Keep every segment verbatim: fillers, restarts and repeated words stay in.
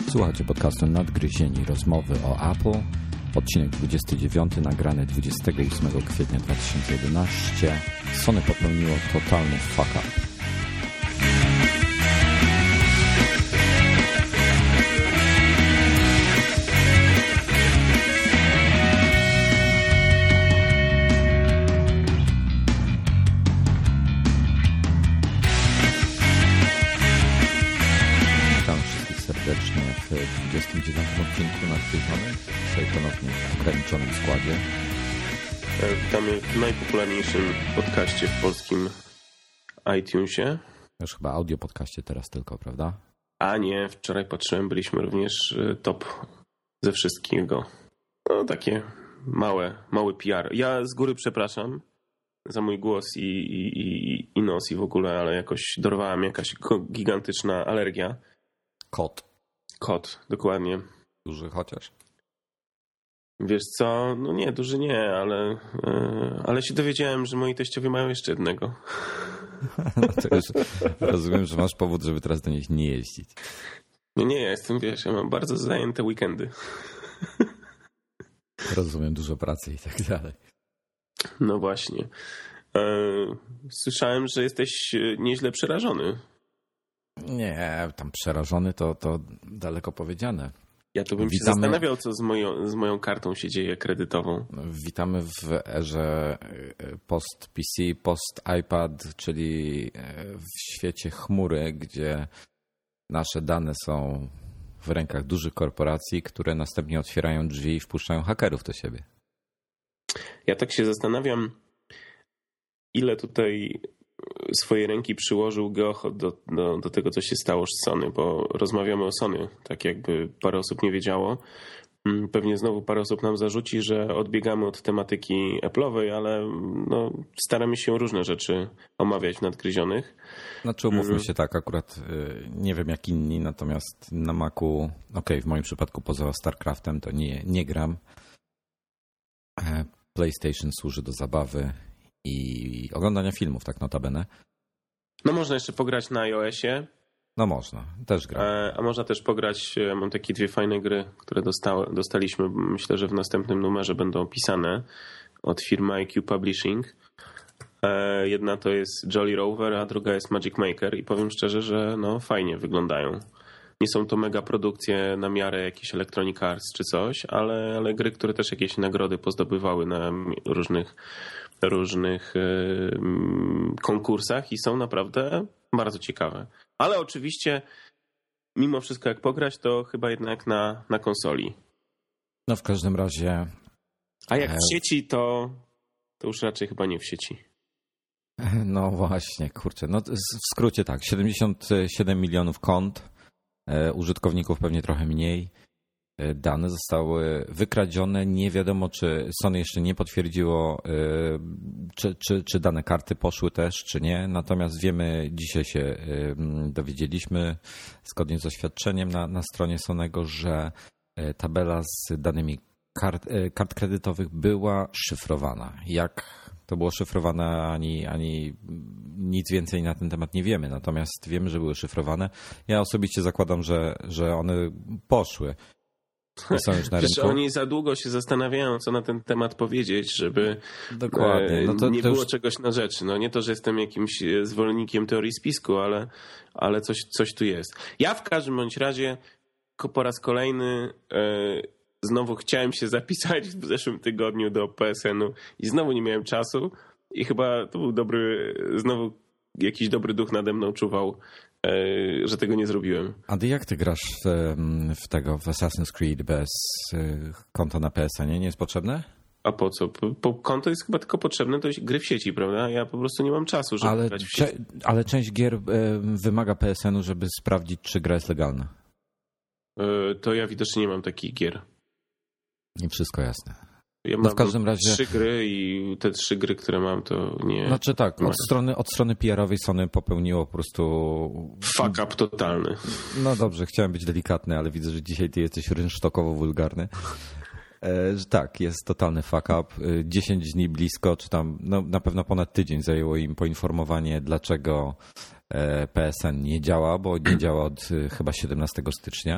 Słuchajcie podcastu Nadgryzieni, rozmowy o Apple, odcinek dwudziesty dziewiąty, nagrany dwudziestego ósmego kwietnia dwa tysiące jedenastego. Sony popełniło totalny fuck up. Serdecznie w dwudziestym dziewiątym odcinku nadgryzionym, dzisiaj ponownie w ograniczonym składzie. Witamy w najpopularniejszym podcaście w polskim iTunesie. Już chyba audio podcaście teraz tylko, prawda? A nie, wczoraj patrzyłem, byliśmy również top ze wszystkiego. No takie małe, mały P R. Ja z góry przepraszam za mój głos i, i, i, i nos i w ogóle, ale jakoś dorwała mnie jakaś gigantyczna alergia. Kot. Kot, dokładnie. Duży chociaż? Wiesz co, no nie, duży nie, ale, yy, ale się dowiedziałem, że moi teściowie mają jeszcze jednego. No to już rozumiem, że masz powód, żeby teraz do nich nie jeździć. Nie, nie, ja jestem, wiesz, ja mam bardzo zajęte weekendy. Rozumiem, dużo pracy i tak dalej. No właśnie. Yy, słyszałem, że jesteś nieźle przerażony. Nie, tam przerażony to, to daleko powiedziane. Ja to bym Witamy... się zastanawiał, co z moją, z moją kartą się dzieje kredytową. Witamy w erze post-P C, post-iPad, czyli w świecie chmury, gdzie nasze dane są w rękach dużych korporacji, które następnie otwierają drzwi i wpuszczają hakerów do siebie. Ja tak się zastanawiam, ile tutaj swojej ręki przyłożył Geohot do, do, do tego, co się stało z Sony, bo rozmawiamy o Sony, tak jakby parę osób nie wiedziało. Pewnie znowu parę osób nam zarzuci, że odbiegamy od tematyki Apple'owej, ale no, staramy się różne rzeczy omawiać w nadgryzionych. Znaczy umówmy się tak, akurat nie wiem jak inni, natomiast na Macu, okej, okay, w moim przypadku poza StarCraftem to nie, nie gram. PlayStation służy do zabawy i oglądania filmów, tak notabene. No można jeszcze pograć na iOSie. No można, też gram. A można też pograć, mam takie dwie fajne gry, które dostały, dostaliśmy, myślę, że w następnym numerze będą opisane od firmy I Q Publishing. Jedna to jest Jolly Rover, a druga jest Magic Maker i powiem szczerze, że no fajnie wyglądają. Nie są to mega produkcje na miarę jakieś Electronic Arts czy coś, ale, ale gry, które też jakieś nagrody pozdobywały na różnych różnych konkursach i są naprawdę bardzo ciekawe. Ale oczywiście mimo wszystko jak pograć, to chyba jednak na, na konsoli. No w każdym razie... A jak w sieci, to, to już raczej chyba nie w sieci. No właśnie, kurczę. No w skrócie tak, siedemdziesiąt siedem milionów kont, użytkowników pewnie trochę mniej. Dane zostały wykradzione. Nie wiadomo, czy Sony jeszcze nie potwierdziło, czy, czy, czy dane karty poszły też, czy nie. Natomiast wiemy, dzisiaj się dowiedzieliśmy, zgodnie z oświadczeniem na, na stronie Sonego, że tabela z danymi kart, kart kredytowych była szyfrowana. Jak to było szyfrowane, ani, ani nic więcej na ten temat nie wiemy. Natomiast wiemy, że były szyfrowane. Ja osobiście zakładam, że, że one poszły. Są już na Wiesz, rynku. Oni za długo się zastanawiają, co na ten temat powiedzieć, żeby Dokładnie. No to, nie to było już... czegoś na rzeczy. No nie to, że jestem jakimś zwolennikiem teorii spisku, ale, ale coś, coś tu jest. Ja w każdym bądź razie po raz kolejny e, znowu chciałem się zapisać w zeszłym tygodniu do P S N u i znowu nie miałem czasu i chyba to był dobry, znowu jakiś dobry duch nade mną czuwał, że tego nie zrobiłem. A ty jak ty grasz w, w tego, w Assassin's Creed bez konta na P S N? Nie jest potrzebne? A po co? Po, po, konto jest chyba tylko potrzebne do gry w sieci, prawda? Ja po prostu nie mam czasu, żeby ale grać w sieci. Cze- ale część gier wymaga P S N u, żeby sprawdzić, czy gra jest legalna. To ja widocznie nie mam takich gier. Nie wszystko jasne. Ja no mam w każdym razie trzy gry i te trzy gry, które mam, to nie... Znaczy tak, od strony, od strony P R owej Sony popełniło po prostu... Fuck up totalny. No dobrze, chciałem być delikatny, ale widzę, że dzisiaj ty jesteś rynsztokowo wulgarny. Że tak, jest totalny fuck up. dziesięć dni blisko, czy tam no, na pewno ponad tydzień zajęło im poinformowanie, dlaczego P S N nie działa, bo nie działa od chyba siedemnastego stycznia.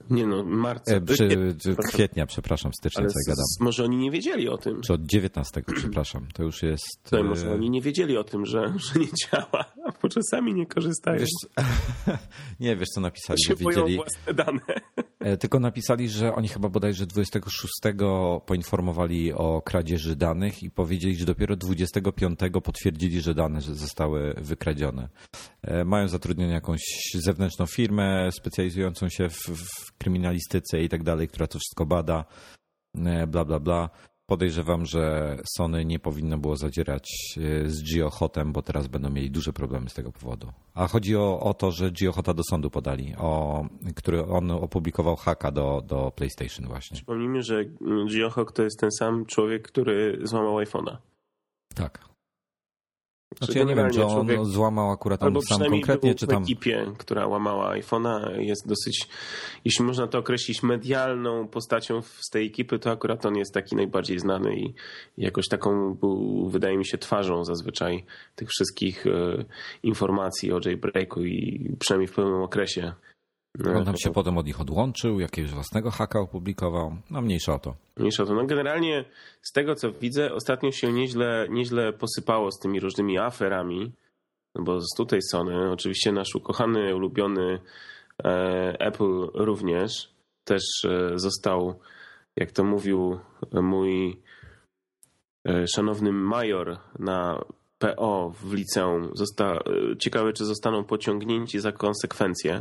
Nie no, marca. Przy, kwietnia, przepraszam, stycznia, ale co ja gadam. Z, może oni nie wiedzieli o tym. Czy od dziewiętnastego, przepraszam. To już jest... To może oni nie wiedzieli o tym, że, że nie działa, a bo czasami nie korzystają. Wiesz, nie, wiesz co napisali, się że wiedzieli... własne dane. Tylko napisali, że oni chyba bodajże dwudziestego szóstego poinformowali o kradzieży danych i powiedzieli, że dopiero dwudziestego piątego potwierdzili, że dane zostały wykradzione. Mają zatrudnioną jakąś zewnętrzną firmę specjalizującą się w, w kryminalistyce i tak dalej, która to wszystko bada, bla, bla, bla. Podejrzewam, że Sony nie powinno było zadzierać z GeoHotem, bo teraz będą mieli duże problemy z tego powodu. A chodzi o, o to, że GeoHota do sądu podali, o, który on opublikował haka do, do PlayStation właśnie. Przypomnijmy, że GeoHot to jest ten sam człowiek, który złamał iPhone'a. Tak. Znaczy ja nie wiem, czy on człowiek, złamał akurat on sam konkretnie, czy tam... w ekipie, która łamała iPhone'a, jest dosyć, jeśli można to określić, medialną postacią z tej ekipy, to akurat on jest taki najbardziej znany i jakoś taką był, wydaje mi się, twarzą zazwyczaj tych wszystkich e, informacji o jailbreaku i przynajmniej w pewnym okresie. On tam się potem od nich odłączył, jakiegoś własnego haka opublikował, no mniejsza o to. Mniejsza o to. No generalnie z tego co widzę, ostatnio się nieźle, nieźle posypało z tymi różnymi aferami, no bo z tutaj Sony, oczywiście nasz ukochany, ulubiony e, Apple również też e, został, jak to mówił mój e, szanowny major na P O w liceum, zosta, e, ciekawe czy zostaną pociągnięci za konsekwencje.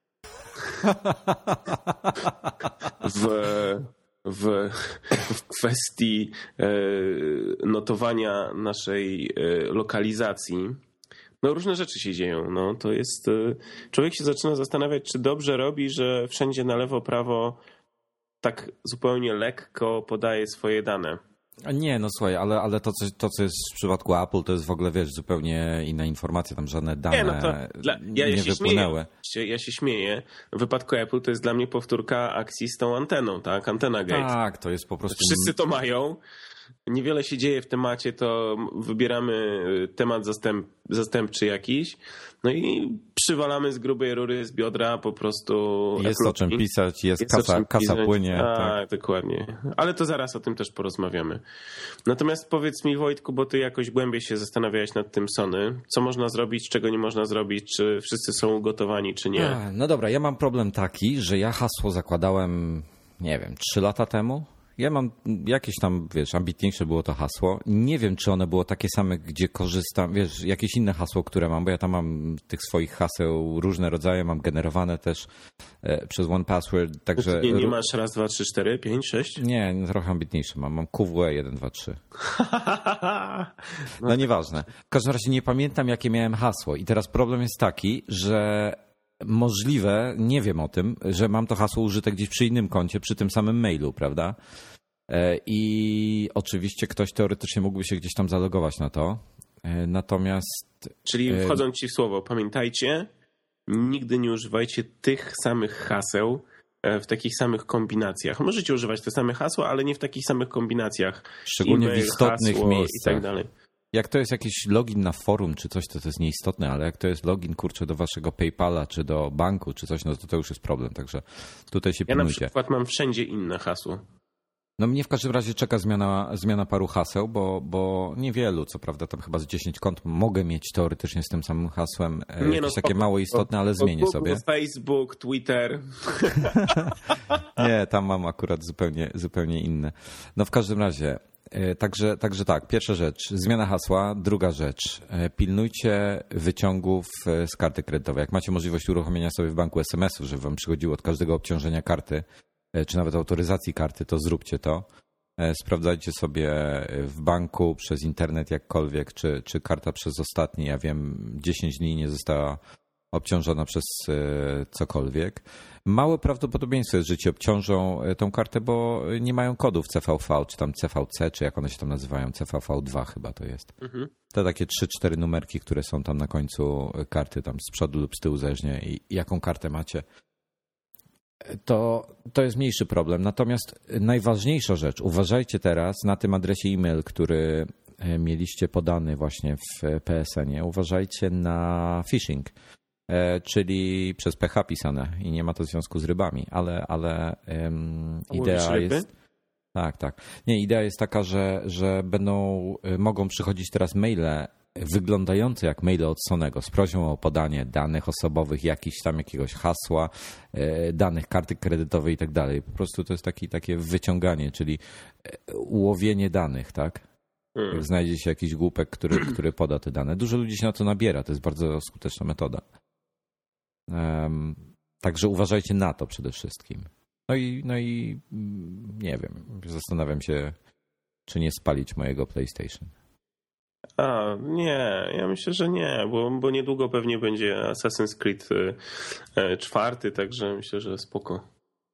W, w, w kwestii notowania naszej lokalizacji. No różne rzeczy się dzieją. No, to jest, człowiek się zaczyna zastanawiać, czy dobrze robi, że wszędzie na lewo, prawo tak zupełnie lekko podaje swoje dane. Nie, no słuchaj, ale, ale to, co, to, co jest w przypadku Apple, to jest w ogóle, wiesz, zupełnie inna informacja, tam żadne dane nie, no to dla, ja, nie ja wypłynęły. Śmieję, ja się śmieję. W wypadku Apple to jest dla mnie powtórka akcji z tą anteną, tak? Antena Gate. Tak, to jest po prostu... Wszyscy to mają. Niewiele się dzieje w temacie, to wybieramy temat zastęp, zastępczy jakiś, no i przywalamy z grubej rury, z biodra po prostu... Jest Apple'owi. O czym pisać, jest, jest kasa, kasa płynie. A, tak, dokładnie. Ale to zaraz o tym też porozmawiamy. Natomiast powiedz mi, Wojtku, bo ty jakoś głębiej się zastanawiałeś nad tym Sony. Co można zrobić, czego nie można zrobić, czy wszyscy są ugotowani, czy nie? A, no dobra, ja mam problem taki, że ja hasło zakładałem, nie wiem, trzy lata temu. Ja mam jakieś tam, wiesz, ambitniejsze było to hasło. Nie wiem, czy one było takie same, gdzie korzystam, wiesz, jakieś inne hasło, które mam, bo ja tam mam tych swoich haseł różne rodzaje, mam generowane też e, przez one password, także... Nie, nie masz raz, dwa, trzy, cztery, pięć, sześć? Nie, trochę ambitniejsze mam, mam Q W E jeden, dwa, trzy. No nieważne. W każdym razie nie pamiętam, jakie miałem hasło i teraz problem jest taki, że... Możliwe, nie wiem o tym, że mam to hasło użyte gdzieś przy innym koncie, przy tym samym mailu, prawda? I oczywiście ktoś teoretycznie mógłby się gdzieś tam zalogować na to. Natomiast... Czyli wchodząc ci w słowo, pamiętajcie, nigdy nie używajcie tych samych haseł w takich samych kombinacjach. Możecie używać te same hasła, ale nie w takich samych kombinacjach. Szczególnie w istotnych hasło miejscach. I tak dalej. Jak to jest jakiś login na forum czy coś, to to jest nieistotne, ale jak to jest login, kurczę, do waszego PayPala czy do banku czy coś, no to to już jest problem, także tutaj się ja pilnujcie. Ja na przykład mam wszędzie inne hasło. No mnie w każdym razie czeka zmiana, zmiana paru haseł, bo, bo niewielu, co prawda tam chyba z dziesięć kont mogę mieć teoretycznie z tym samym hasłem, nie jakieś no, takie mało istotne, ale zmienię sobie. Facebook, Twitter. Nie, tam mam akurat zupełnie, zupełnie inne. No w każdym razie... Także, także tak, pierwsza rzecz, zmiana hasła. Druga rzecz, pilnujcie wyciągów z karty kredytowej. Jak macie możliwość uruchomienia sobie w banku es em esów, żeby wam przychodziło od każdego obciążenia karty, czy nawet autoryzacji karty, to zróbcie to. Sprawdzajcie sobie w banku przez internet jakkolwiek, czy, czy karta przez ostatni, ja wiem, dziesięć dni nie została obciążona przez cokolwiek. Małe prawdopodobieństwo jest, że ci obciążą tą kartę, bo nie mają kodów C V V, czy tam C V C, czy jak one się tam nazywają, C V V dwa chyba to jest. Mhm. Te takie trzy cztery numerki, które są tam na końcu karty, tam z przodu lub z tyłu, zależnie i jaką kartę macie. To, to jest mniejszy problem. Natomiast najważniejsza rzecz, uważajcie teraz na tym adresie e-mail, który mieliście podany właśnie w P S N ie, uważajcie na phishing. czyli przez P H pisane i nie ma to związku z rybami, ale, ale um, idea jest... Tak, tak. Nie, idea jest taka, że, że będą, mogą przychodzić teraz maile wyglądające jak maile od Sonego z prośbą o podanie danych osobowych, jakiś tam jakiegoś hasła, danych karty kredytowej i tak dalej. Po prostu to jest taki, takie wyciąganie, czyli ułowienie danych, tak? Hmm. Jak znajdzie się jakiś głupek, który, który poda te dane. Dużo ludzi się na to nabiera, to jest bardzo skuteczna metoda. Um, także uważajcie na to przede wszystkim. No i, no i nie wiem, zastanawiam się, czy nie spalić mojego PlayStation. A, nie, ja myślę, że nie, bo, bo niedługo pewnie będzie Assassin's Creed czwarty, także myślę, że spoko.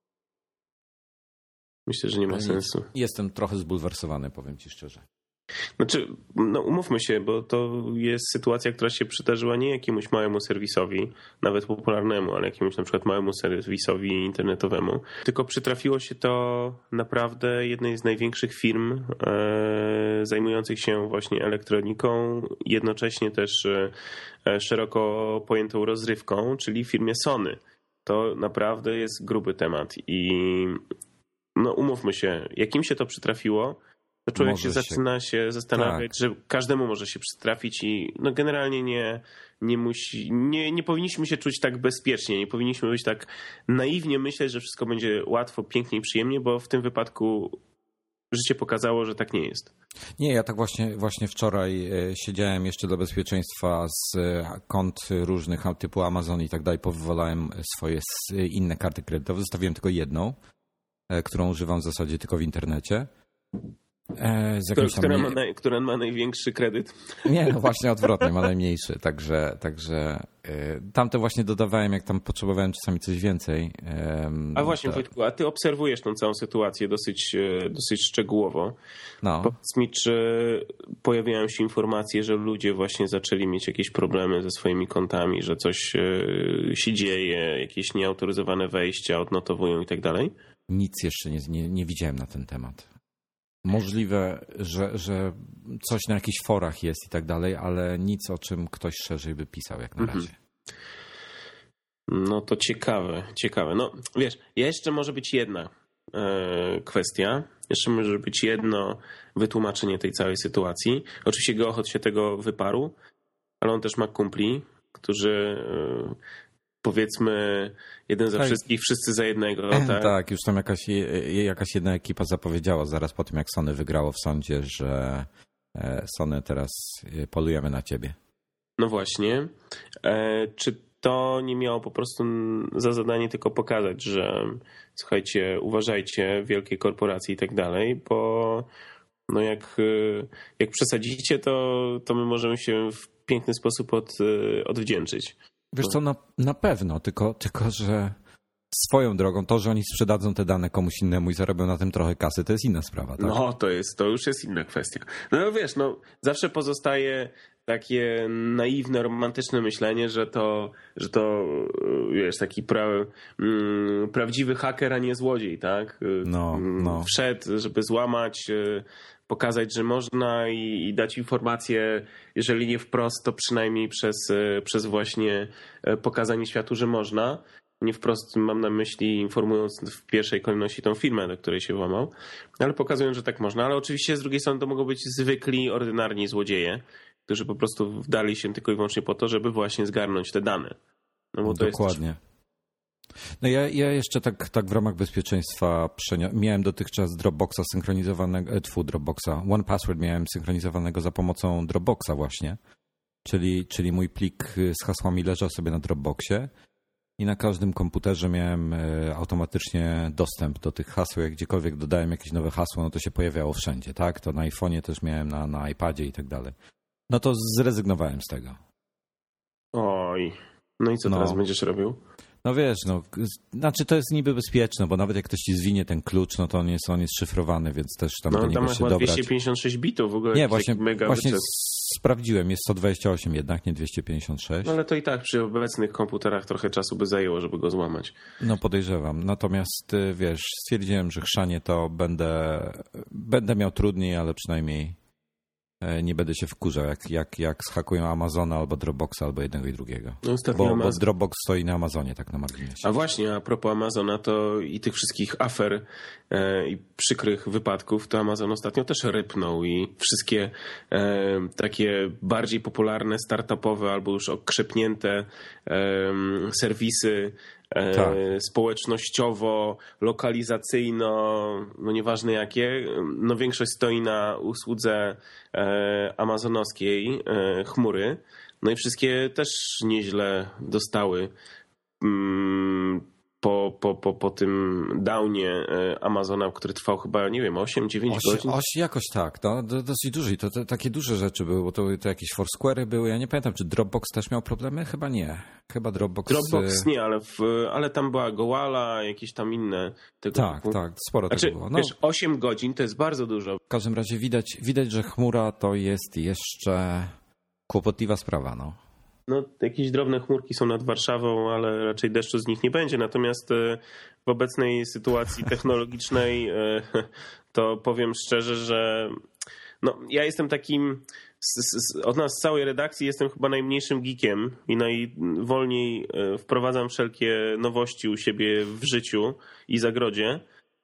Myślę, że nie ma sensu. Jestem trochę zbulwersowany, powiem ci szczerze. Znaczy, no umówmy się, bo to jest sytuacja, która się przydarzyła nie jakiemuś małemu serwisowi, nawet popularnemu, ale jakiemuś na przykład małemu serwisowi internetowemu, tylko przytrafiło się to naprawdę jednej z największych firm e, zajmujących się właśnie elektroniką, jednocześnie też e, szeroko pojętą rozrywką, czyli firmie Sony. To naprawdę jest gruby temat i no umówmy się, jakim się to przytrafiło, to człowiek może się zaczyna się zastanawiać, tak, że każdemu może się przytrafić i no generalnie nie, nie musi, nie, nie powinniśmy się czuć tak bezpiecznie, nie powinniśmy być tak naiwnie myśleć, że wszystko będzie łatwo, pięknie i przyjemnie, bo w tym wypadku życie pokazało, że tak nie jest. Nie, ja tak właśnie, właśnie wczoraj siedziałem jeszcze dla bezpieczeństwa z kont różnych typu Amazon i tak dalej, powywalałem swoje inne karty kredytowe, zostawiłem tylko jedną, którą używam w zasadzie tylko w internecie. Która, która, ma naj, która ma największy kredyt? Nie, no właśnie odwrotnie, ma najmniejszy. Także, także tamte właśnie dodawałem, jak tam potrzebowałem czasami coś więcej. A właśnie, to... Wojtku, a ty obserwujesz tą całą sytuację dosyć, dosyć szczegółowo. No. Powiedz mi, czy pojawiają się informacje, że ludzie właśnie zaczęli mieć jakieś problemy ze swoimi kontami, że coś się dzieje, jakieś nieautoryzowane wejścia odnotowują i tak dalej? Nic jeszcze nie, nie, nie widziałem na ten temat. Możliwe, że, że coś na jakichś forach jest i tak dalej, ale nic, o czym ktoś szerzej by pisał jak na razie. No to ciekawe, ciekawe. No wiesz, jeszcze może być jedna e, kwestia, jeszcze może być jedno wytłumaczenie tej całej sytuacji. Oczywiście Gochot się tego wyparł, ale on też ma kumpli, którzy... E, powiedzmy jeden za tak. wszystkich, wszyscy za jednego. Tak, tak już tam jakaś, jakaś jedna ekipa zapowiedziała zaraz po tym, jak Sony wygrało w sądzie, że Sony teraz polujemy na ciebie. No właśnie. E, czy to nie miało po prostu za zadanie tylko pokazać, że słuchajcie, uważajcie, wielkie korporacje i tak dalej, bo no jak, jak przesadzicie, to, to my możemy się w piękny sposób od, odwdzięczyć. Wiesz co, na, na pewno, tylko, tylko że swoją drogą to, że oni sprzedadzą te dane komuś innemu i zarobią na tym trochę kasy, to jest inna sprawa. Tak? No to jest, to już jest inna kwestia. No wiesz, no zawsze pozostaje takie naiwne, romantyczne myślenie, że to, że to wiesz, taki pra, mm, prawdziwy haker, a nie złodziej, tak? No, no. Wszedł, żeby złamać, pokazać, że można i, i dać informację, jeżeli nie wprost, to przynajmniej przez, przez właśnie pokazanie światu, że można. Nie wprost mam na myśli informując w pierwszej kolejności tą firmę, do której się włamał, ale pokazując, że tak można. Ale oczywiście z drugiej strony to mogą być zwykli, ordynarni złodzieje, którzy po prostu wdali się tylko i wyłącznie po to, żeby właśnie zgarnąć te dane. No bo to Dokładnie. Jest też... No ja, ja jeszcze tak, tak w ramach bezpieczeństwa przenia- miałem dotychczas Dropboxa synchronizowanego, tfu, Dropboxa, one password miałem synchronizowanego za pomocą Dropboxa właśnie, czyli, czyli mój plik z hasłami leżał sobie na Dropboxie i na każdym komputerze miałem automatycznie dostęp do tych haseł, jak gdziekolwiek dodałem jakieś nowe hasło, no to się pojawiało wszędzie, tak? To na iPhone'ie też miałem, na, na iPadzie i tak dalej. No to zrezygnowałem z tego. Oj, no i co no. teraz będziesz robił? No wiesz, no, znaczy to jest niby bezpieczne, bo nawet jak ktoś ci zwinie ten klucz, no to on jest, on jest szyfrowany, więc też tam no, do niego tam się dobrać. dwieście pięćdziesiąt sześć bitów w ogóle. Nie, właśnie, mega właśnie sprawdziłem, jest sto dwadzieścia osiem jednak, nie dwieście pięćdziesiąt sześć. No ale to i tak przy obecnych komputerach trochę czasu by zajęło, żeby go złamać. No podejrzewam, natomiast wiesz, stwierdziłem, że chrzanie to będę, będę miał trudniej, ale przynajmniej nie będę się wkurzał, jak, jak, jak zhakują Amazona albo Dropboxa, albo jednego i drugiego. No, bo, bo Dropbox stoi na Amazonie, tak na marginesie. A właśnie, a propos Amazona, to i tych wszystkich afer e, i przykrych wypadków, to Amazon ostatnio też rypnął i wszystkie e, takie bardziej popularne, startupowe albo już okrzepnięte e, serwisy e, tak. społecznościowo, lokalizacyjno, no nieważne jakie, no większość stoi na usłudze e, amazonowskiej e, chmury, no i wszystkie też nieźle dostały po, po, po, po tym downie Amazona, który trwał chyba, nie wiem, osiem dziewięć godzin. Oś, jakoś tak, no, dosyć duży. To, to takie duże rzeczy były, bo to, to jakieś Foursquare'y były. Ja nie pamiętam, czy Dropbox też miał problemy? Chyba nie. Chyba Dropbox... Dropbox nie, ale, w, ale tam była Goala, jakieś tam inne tego Tak, typu. tak, sporo znaczy, tego było. No, wiesz, osiem godzin to jest bardzo dużo. W każdym razie widać, widać, że chmura to jest jeszcze kłopotliwa sprawa, no. No, jakieś drobne chmurki są nad Warszawą, ale raczej deszczu z nich nie będzie. Natomiast w obecnej sytuacji technologicznej to powiem szczerze, że no, ja jestem takim, od nas z całej redakcji jestem chyba najmniejszym geekiem i najwolniej wprowadzam wszelkie nowości u siebie w życiu i zagrodzie.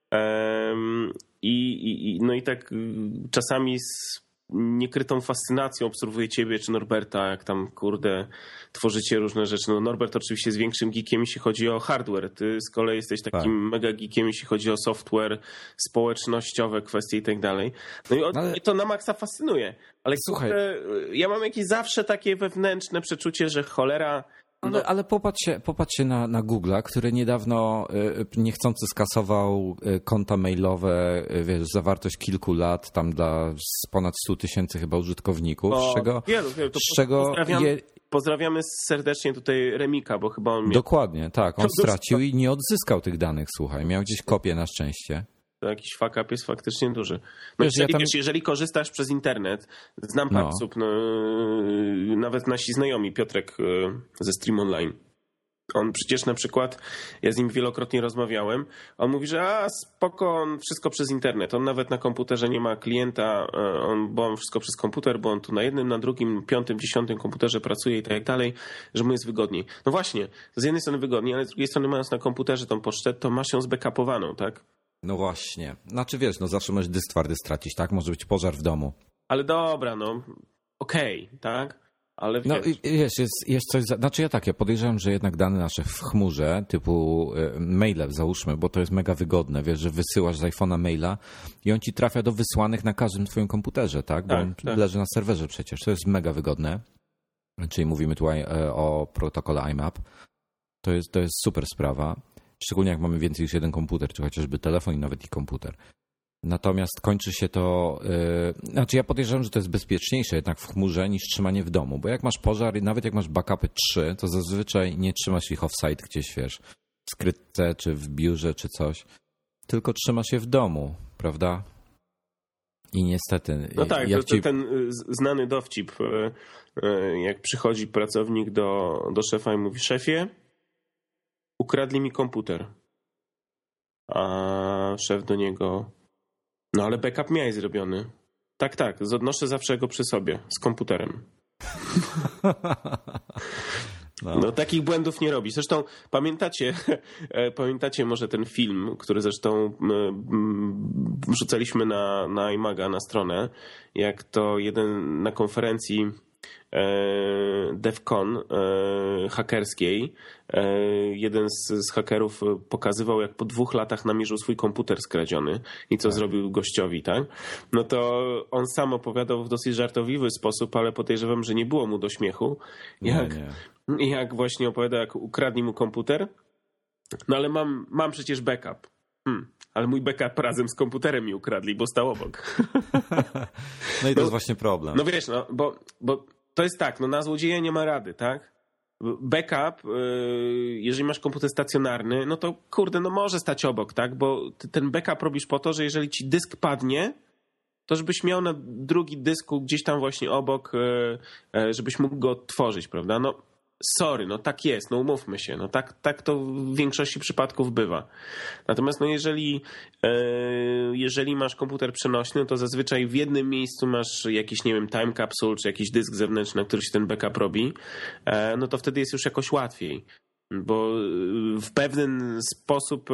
I, i, no i tak czasami z niekrytą fascynacją obserwuję ciebie czy Norberta, jak tam, kurde, tworzycie różne rzeczy. No Norbert oczywiście jest większym geekiem, jeśli chodzi o hardware. Ty z kolei jesteś takim tak. mega geekiem, jeśli chodzi o software, społecznościowe kwestie i tak dalej. No i ale... to na maksa fascynuje. Ale słuchaj, kurde, ja mam jakieś zawsze takie wewnętrzne przeczucie, że cholera... Ale, no. ale popatrzcie, popatrzcie na, na Google'a, który niedawno niechcący skasował konta mailowe, wiesz, zawartość kilku lat, tam dla ponad stu tysięcy chyba użytkowników, o, z czego... Wielu, wielu. To z czego pozdrawiam, je... pozdrawiamy serdecznie tutaj Remika, bo chyba on... Miał... Dokładnie, tak. On stracił i nie odzyskał tych danych, słuchaj. Miał gdzieś kopię na szczęście. To jakiś fuck up jest faktycznie duży. No wiesz, jeżeli, ja tam... wiesz, jeżeli korzystasz przez internet, znam parę no. osób, no, nawet nasi znajomi, Piotrek ze Stream Online, on przecież na przykład, ja z nim wielokrotnie rozmawiałem, on mówi, że a spoko, on wszystko przez internet, on nawet na komputerze nie ma klienta, on, bo on wszystko przez komputer, bo on tu na jednym, na drugim, piątym, dziesiątym komputerze pracuje i tak dalej, że mu jest wygodniej. No właśnie, z jednej strony wygodniej, ale z drugiej strony mając na komputerze tą pocztę, to masz ją zbackupowaną, tak? No właśnie. Znaczy wiesz, no zawsze możesz dysk twardy stracić, tak? Może być pożar w domu. Ale dobra, no okej, okay, tak? Ale wiesz... No wiesz, jest, jest coś... Za... Znaczy ja tak, ja podejrzewam, że jednak dane nasze w chmurze, typu maile załóżmy, bo to jest mega wygodne, wiesz, że wysyłasz z iPhone'a maila i on ci trafia do wysłanych na każdym twoim komputerze, tak? Bo tak, on tak. leży na serwerze przecież. To jest mega wygodne. Czyli mówimy tutaj o protokole I M A P. To jest, to jest super sprawa. Szczególnie jak mamy więcej niż jeden komputer, czy chociażby telefon i nawet i komputer. Natomiast kończy się to... Yy, znaczy ja podejrzewam, że to jest bezpieczniejsze jednak w chmurze niż trzymanie w domu. Bo jak masz pożar i nawet jak masz backupy trzy, to zazwyczaj nie trzymasz ich off-site gdzieś, wiesz, w skrytce, czy w biurze, czy coś. Tylko trzymasz je w domu, prawda? I niestety... No tak, jak to, ci... ten znany dowcip, jak przychodzi pracownik do, do szefa i mówi, szefie, ukradli mi komputer. A szef do niego, no ale backup miałeś zrobiony. Tak, tak, odnoszę zawsze go przy sobie, z komputerem. No. no takich błędów nie robi. Zresztą pamiętacie, pamiętacie może ten film, który zresztą wrzucaliśmy na, na iMaga, na stronę, jak to jeden na konferencji DevCon hakerskiej jeden z, z hakerów pokazywał, jak po dwóch latach namierzył swój komputer skradziony i co tak. zrobił gościowi, tak? No to on sam opowiadał w dosyć żartobliwy sposób, ale podejrzewam, że nie było mu do śmiechu. Jak, nie, nie. jak właśnie opowiada, jak ukradli mu komputer. No ale mam, mam przecież backup. Hmm. Ale mój backup razem z komputerem mi ukradli, bo stał obok. No i to no, jest właśnie problem. No wiesz, no, bo, bo to jest tak, no na złodzieja nie ma rady, tak? Backup, jeżeli masz komputer stacjonarny, no to kurde, no może stać obok, tak? Bo ty ten backup robisz po to, że jeżeli ci dysk padnie, to żebyś miał na drugi dysku gdzieś tam właśnie obok, żebyś mógł go odtworzyć, prawda? No sorry, no tak jest, no umówmy się, no tak, tak to w większości przypadków bywa. Natomiast no jeżeli, jeżeli masz komputer przenośny, to zazwyczaj w jednym miejscu masz jakiś, nie wiem, time capsule, czy jakiś dysk zewnętrzny, na który się ten backup robi, no to wtedy jest już jakoś łatwiej. Bo w pewien sposób,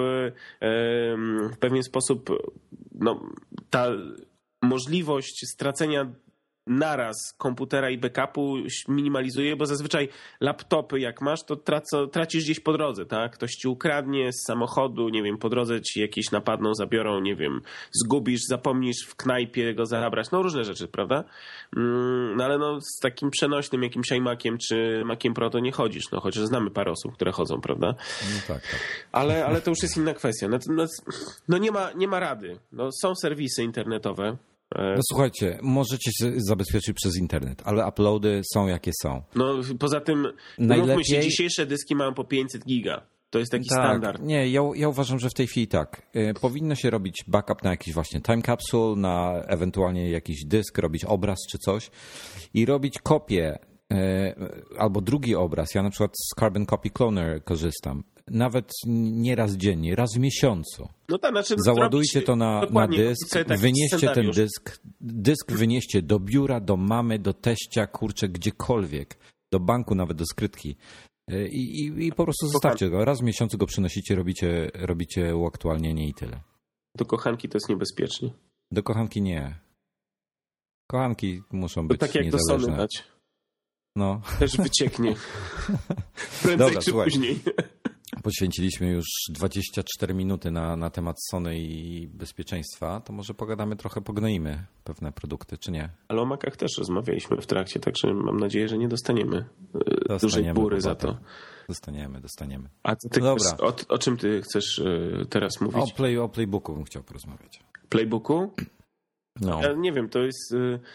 w pewien sposób no, ta możliwość stracenia naraz komputera i backupu minimalizuje, bo zazwyczaj laptopy jak masz, to traco, tracisz gdzieś po drodze, tak? Ktoś ci ukradnie z samochodu, nie wiem, po drodze ci jakieś napadną, zabiorą, nie wiem, zgubisz, zapomnisz w knajpie go zabrać, no różne rzeczy, prawda? No ale no z takim przenośnym jakimś iMaciem czy Maciem Pro to nie chodzisz, no chociaż znamy parę osób, które chodzą, prawda? No tak, tak. Ale, ale to już jest inna kwestia. No, no, no nie ma, nie ma rady. No, są serwisy internetowe. No słuchajcie, możecie się zabezpieczyć przez internet, ale uploady są jakie są. No poza tym, Najlepiej... mówmy się, dzisiejsze dyski mają po pięćset giga. To jest taki tak, standard. Nie, ja, ja uważam, że w tej chwili tak. Y, powinno się robić backup na jakiś właśnie time capsule, na ewentualnie jakiś dysk, robić obraz czy coś i robić kopię y, albo drugi obraz. Ja na przykład z Carbon Copy Cloner korzystam. Nawet nie raz dziennie, raz w miesiącu. No tak, znaczy załadujcie to na, na dysk, wynieście ten dysk, dysk wynieście do biura, do mamy, do teścia, kurczę, gdziekolwiek, do banku, nawet do skrytki i, i, i po prostu zostawcie go. Raz w miesiącu go przynosicie, robicie, robicie uaktualnienie i tyle. Do kochanki to jest niebezpiecznie. Do kochanki nie. Kochanki muszą być to tak jak niezależne. Do Sony dać. No. Też wycieknie. Prędzej Dobra, czy słuchaj. Później. Poświęciliśmy już dwadzieścia cztery minuty na, na temat Sony i bezpieczeństwa, to może pogadamy trochę, pognoimy pewne produkty, czy nie? Ale o Macach też rozmawialiśmy w trakcie, także mam nadzieję, że nie dostaniemy, dostaniemy dużej bury za to. Dostaniemy, dostaniemy. A ty no chcesz, o, o czym ty chcesz teraz mówić? O, play, o Playbooku bym chciał porozmawiać. Playbooku? No. Ja nie wiem, to jest...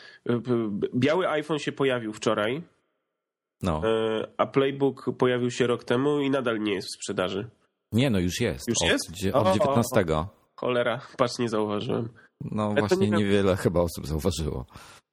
Biały iPhone się pojawił wczoraj. No. A Playbook pojawił się rok temu i nadal nie jest w sprzedaży. Nie, no już jest. Już od, jest? Od dziewiętnastego. O, cholera, patrz, nie zauważyłem. No Ale właśnie nie... niewiele chyba osób zauważyło.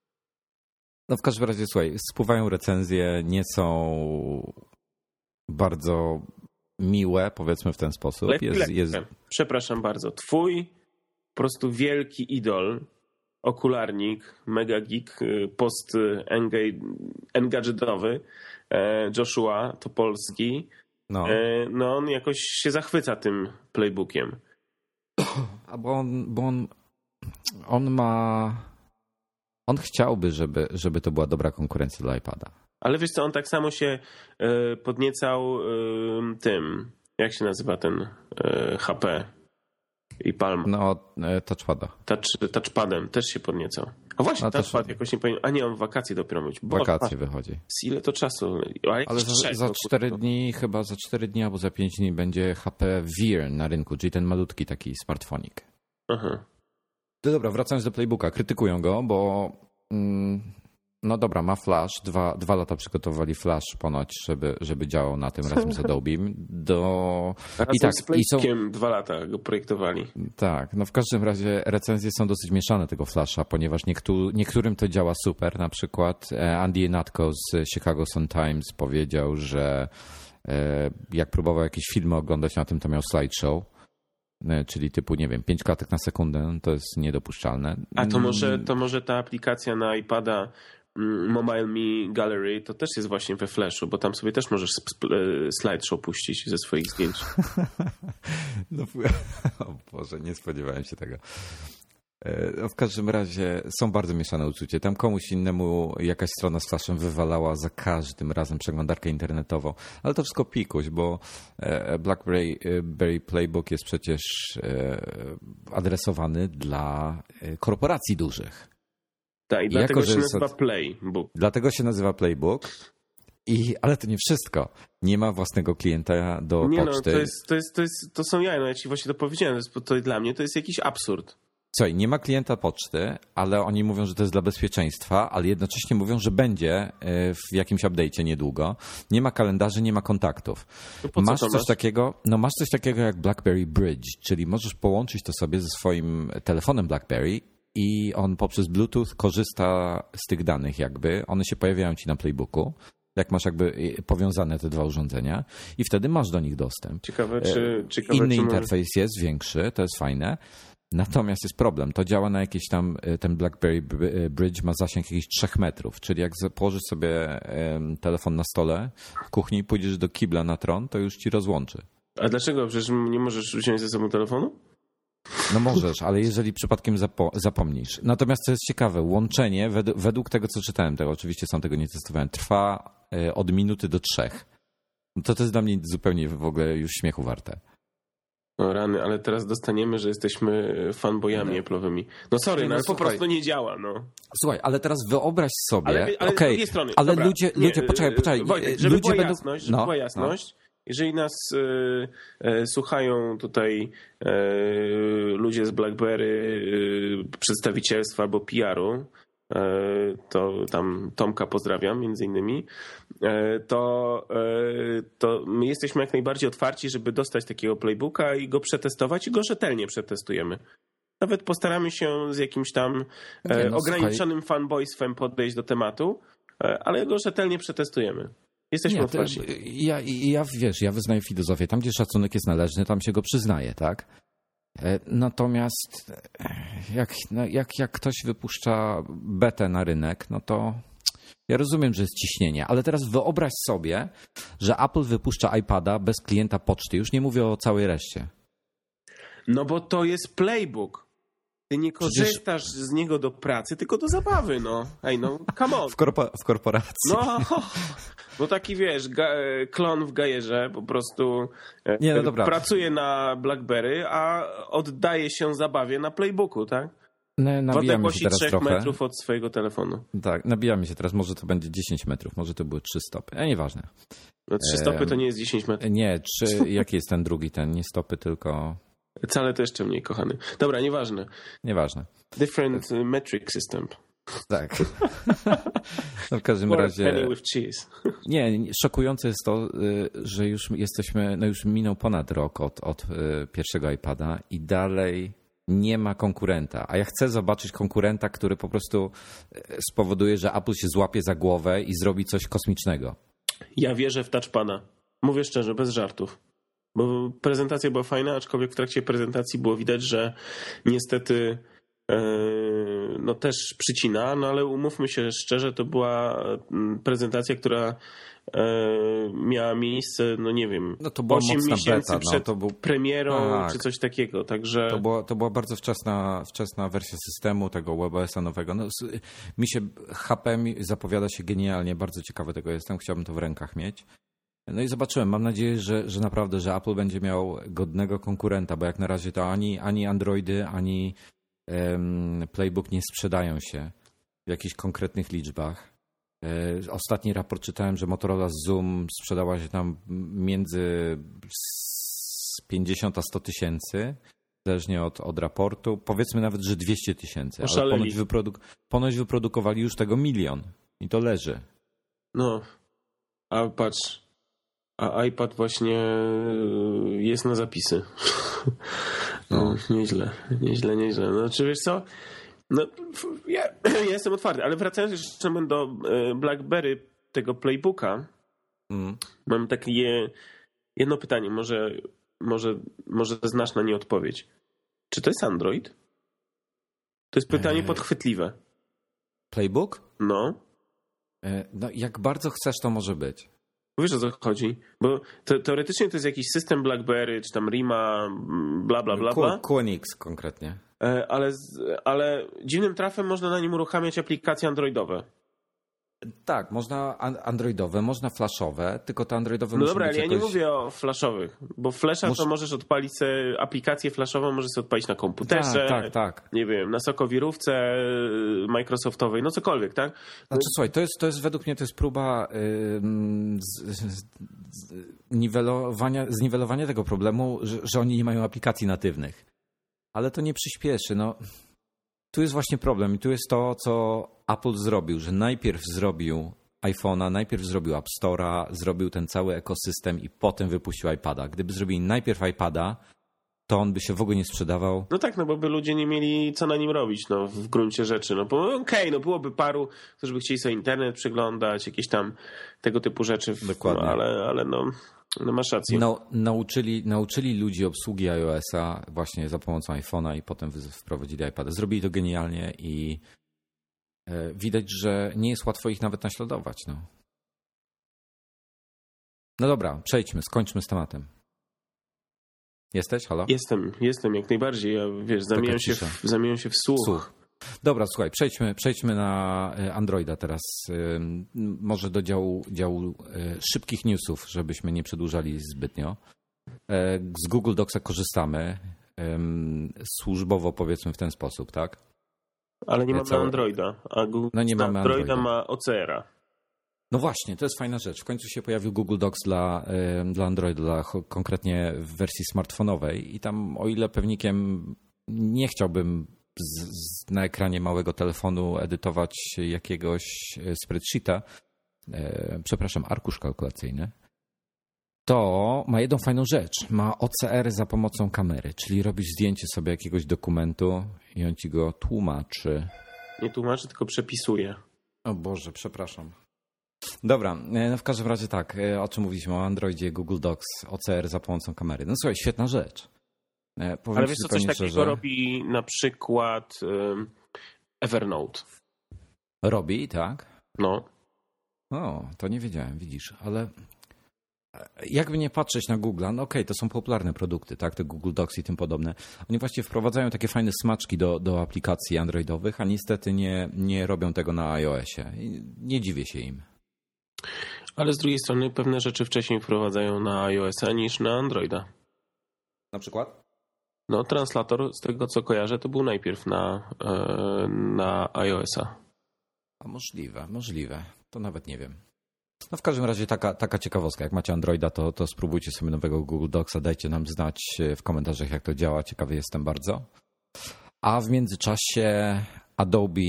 No w każdym razie, słuchaj, spływają recenzje, nie są bardzo miłe, powiedzmy w ten sposób. Ale jest, jest... Przepraszam bardzo. Twój po prostu wielki idol, okularnik, mega geek, post engadgetowy, Joshua Topolski, no. no on jakoś się zachwyca tym Playbookiem. A bo on, bo on, on ma, on chciałby, żeby, żeby to była dobra konkurencja dla iPada. Ale wiesz co, on tak samo się podniecał tym, jak się nazywa ten H P i Palm. No, touchpada. Touch, touchpadem też się podniecał. A właśnie, no, touchpad jakoś nie powinien... A nie, on w wakacje dopiero mieć. W wakacje wychodzi. Z ile to czasu? Ale za, za cztery dni, chyba za cztery dni albo za pięć dni będzie H P Veer na rynku, czyli ten malutki taki smartfonik. Aha. No dobra, wracając do Playbooka. Krytykują go, bo mm, no dobra, ma flash. Dwa, dwa lata przygotowali flash ponoć, żeby, żeby działał na tym razem z Adobe'em. Do... I tak, z Playbookiem są... dwa lata go projektowali. Tak, no w każdym razie recenzje są dosyć mieszane tego flasha, ponieważ niektó... niektórym to działa super. Na przykład Andy Ihnatko z Chicago Sun-Times powiedział, że jak próbował jakieś filmy oglądać na tym, to miał slideshow. Czyli typu, nie wiem, pięć klatek na sekundę, to jest niedopuszczalne. A to może, to może ta aplikacja na iPada Mobile Me Gallery to też jest właśnie we Flashu, bo tam sobie też możesz slideshow puścić ze swoich zdjęć. No, o Boże, nie spodziewałem się tego. No w każdym razie są bardzo mieszane uczucie. Tam komuś innemu jakaś strona z flashem wywalała za każdym razem przeglądarkę internetową. Ale to wszystko pikuś, bo BlackBerry Playbook jest przecież adresowany dla korporacji dużych. Tak, i, I dlatego jako, się nazywa od... Playbook. Dlatego się nazywa Playbook. I, ale to nie wszystko. Nie ma własnego klienta do nie poczty. No, to, jest, to, jest, to, jest, to są jaja. No ja ci właśnie to powiedziałem. To, jest, to dla mnie to jest jakiś absurd. Słuchaj, nie ma klienta poczty, ale oni mówią, że to jest dla bezpieczeństwa, ale jednocześnie mówią, że będzie w jakimś update'cie niedługo. Nie ma kalendarzy, nie ma kontaktów. No masz coś masz? takiego, no masz coś takiego jak BlackBerry Bridge, czyli możesz połączyć to sobie ze swoim telefonem BlackBerry i on poprzez Bluetooth korzysta z tych danych jakby. One się pojawiają ci na Playbooku jak masz jakby powiązane te dwa urządzenia i wtedy masz do nich dostęp. Ciekawe, czy... Ciekawe, Inny czy interfejs może... jest większy, to jest fajne. Natomiast jest problem. To działa na jakieś tam, ten BlackBerry Bridge ma zasięg jakichś trzech metrów, czyli jak położysz sobie telefon na stole w kuchni i pójdziesz do kibla na tron, to już ci rozłączy. A dlaczego? Przecież nie możesz wziąć ze sobą telefonu? No możesz, ale jeżeli przypadkiem zapo- zapomnisz. Natomiast co jest ciekawe, łączenie wed- według tego, co czytałem, tego oczywiście sam tego nie testowałem, trwa od minuty do trzech. No to to jest dla mnie zupełnie w ogóle już śmiechu warte. No rany, ale teraz dostaniemy, że jesteśmy fanboyami Apple'owymi. No sorry, no, no ale po prostu nie działa, no. Słuchaj, ale teraz wyobraź sobie... Ale, ale okay, z drugiej strony, ale dobra, ludzie, nie, ludzie, poczekaj, poczekaj. Wojtek, żeby ludzie była będą... jasność, żeby no, była jasność, no. Jeżeli nas y, y, słuchają tutaj y, ludzie z BlackBerry, y, przedstawicielstwa albo P R-u, y, to tam Tomka pozdrawiam między innymi, y, to, y, to my jesteśmy jak najbardziej otwarci, żeby dostać takiego playbooka i go przetestować i go rzetelnie przetestujemy. Nawet postaramy się z jakimś tam e, no, ograniczonym słuchaj. fanboystwem podejść do tematu, e, ale go rzetelnie przetestujemy. Jesteśmy Nie, otwarci. To, ja, ja, wiesz, ja wyznaję filozofię. Tam, gdzie szacunek jest należny, tam się go przyznaje, tak? Natomiast jak, no, jak, jak ktoś wypuszcza betę na rynek, no to ja rozumiem, że jest ciśnienie, ale teraz wyobraź sobie, że Apple wypuszcza iPada bez klienta poczty. Już nie mówię o całej reszcie. No bo to jest playbook. Ty nie korzystasz Przecież... z niego do pracy, tylko do zabawy, no. Ej, no, come on. W, korpo- w korporacji. No, bo taki, wiesz, ga- klon w gajerze po prostu nie, no dobra. pracuje na BlackBerry, a oddaje się zabawie na playbooku, tak? No, w odległości się teraz trzech trochę. metrów od swojego telefonu. Tak, nabijamy się teraz. Może to będzie dziesięć metrów, może to były trzy stopy. A nieważne. No trzy stopy to nie jest dziesięć metrów. Nie, trzy, jaki jest ten drugi, ten nie stopy, tylko... Wcale to jeszcze mniej, kochany. Dobra, nieważne. Nieważne. Different metric system. Tak. No w każdym razie... Penny with cheese. Nie, szokujące jest to, że już jesteśmy, no już minął ponad rok od, od pierwszego iPada i dalej nie ma konkurenta. A ja chcę zobaczyć konkurenta, który po prostu spowoduje, że Apple się złapie za głowę i zrobi coś kosmicznego. Ja wierzę w touchpada. Mówię szczerze, bez żartów. Bo prezentacja była fajna, aczkolwiek w trakcie prezentacji było widać, że niestety yy, no też przycina, no ale umówmy się szczerze, to była prezentacja, która yy, miała miejsce, no nie wiem, no to była osiem miesięcy beta, przed no, to był... premierą tak. czy coś takiego, także... To była, to była bardzo wczesna, wczesna wersja systemu tego WebOS-a nowego. No, mi się H P zapowiada się genialnie, bardzo ciekawy tego jestem, chciałbym to w rękach mieć. No i zobaczyłem, mam nadzieję, że, że naprawdę, że Apple będzie miał godnego konkurenta, bo jak na razie to ani, ani Androidy, ani um, Playbook nie sprzedają się w jakichś konkretnych liczbach. Ostatni raport czytałem, że Motorola Zoom sprzedała się tam między pięćdziesiąt a sto tysięcy, zależnie od, od raportu. Powiedzmy nawet, że dwieście tysięcy, ale ponoć, wyproduk- ponoć wyprodukowali już tego milion i to leży. No, a patrz... A iPad właśnie jest na zapisy. No, nieźle, nieźle, nieźle. No, czy wiesz co? No, ja, ja jestem otwarty, ale wracając jeszcze do BlackBerry, tego playbooka, mm. mam takie jedno pytanie, może, może, może znasz na nie odpowiedź. Czy to jest Android? To jest pytanie eee. podchwytliwe. Playbook? No. Eee, no. Jak bardzo chcesz, to może być. Wiesz, o co chodzi? Bo te, teoretycznie to jest jakiś system BlackBerry, czy tam Rima, bla, bla, bla, bla. Q N X konkretnie. Ale, ale dziwnym trafem można na nim uruchamiać aplikacje androidowe. Tak, można androidowe, można flashowe, tylko te androidowe no muszą dobra, być ale ja jakoś... nie mówię o flashowych, bo flasha Mus... to możesz odpalić sobie, aplikację flashową możesz sobie odpalić na komputerze, tak, tak, tak. nie wiem, na sokowirówce Microsoftowej, no cokolwiek, tak? Znaczy słuchaj, to jest, to jest według mnie to jest próba yy, z, z, z niwelowania, zniwelowania tego problemu, że, że oni nie mają aplikacji natywnych. Ale to nie przyspieszy, no... Tu jest właśnie problem i tu jest to, co Apple zrobił, że najpierw zrobił iPhone'a, najpierw zrobił App Store'a, zrobił ten cały ekosystem i potem wypuścił iPada. Gdyby zrobili najpierw iPada, to on by się w ogóle nie sprzedawał. No tak, no bo by ludzie nie mieli co na nim robić, no w gruncie rzeczy. No bo okej, okay, no byłoby paru, którzy by chcieli sobie internet przeglądać, jakieś tam tego typu rzeczy. Dokładnie. No, ale, ale no, no masz rację. No, nauczyli, nauczyli ludzi obsługi iOS-a właśnie za pomocą iPhone'a i potem wprowadzili iPada. Zrobili to genialnie i widać, że nie jest łatwo ich nawet naśladować. No, no dobra, przejdźmy, skończmy z tematem. Jesteś? Halo? Jestem, jestem jak najbardziej. Ja wiesz, zamieniam się, w, zamieniam się w słuch. słuch. Dobra, słuchaj, przejdźmy, przejdźmy na Androida teraz. Może do działu, działu szybkich newsów, żebyśmy nie przedłużali zbytnio. Z Google Docsa korzystamy służbowo, powiedzmy w ten sposób, tak? Ale nie mamy Całe... Androida, a Google no nie mamy Androida, Androida ma O C R-a. No właśnie, to jest fajna rzecz. W końcu się pojawił Google Docs dla, dla Androida, dla, konkretnie w wersji smartfonowej i tam, o ile pewnikiem nie chciałbym z, z, na ekranie małego telefonu edytować jakiegoś spreadsheeta, e, przepraszam, arkusz kalkulacyjny, to ma jedną fajną rzecz. Ma O C R za pomocą kamery, czyli robisz zdjęcie sobie jakiegoś dokumentu i on ci go tłumaczy. Nie tłumaczy, tylko przepisuje. O Boże, przepraszam. Dobra, no w każdym razie tak, o czym mówiliśmy, o Androidzie, Google Docs, O C R za pomocą kamery. No słuchaj, świetna rzecz. Powiem Ale wiesz co, coś takiego że... robi na przykład um, Evernote. Robi, tak? No. O, to nie wiedziałem, widzisz, ale jakby nie patrzeć na Google, no okej, okay, to są popularne produkty, tak, te Google Docs i tym podobne. Oni właściwie wprowadzają takie fajne smaczki do, do aplikacji androidowych, a niestety nie, nie robią tego na iOSie. Nie dziwię się im. Ale z drugiej strony pewne rzeczy wcześniej wprowadzają na iOS-a niż na Androida. Na przykład? No, translator, z tego co kojarzę, to był najpierw na, na iOS-a. A możliwe, możliwe. To nawet nie wiem. No w każdym razie taka, taka ciekawostka. Jak macie Androida, to, to spróbujcie sobie nowego Google Docsa. Dajcie nam znać w komentarzach, jak to działa. Ciekawy jestem bardzo. A w międzyczasie Adobe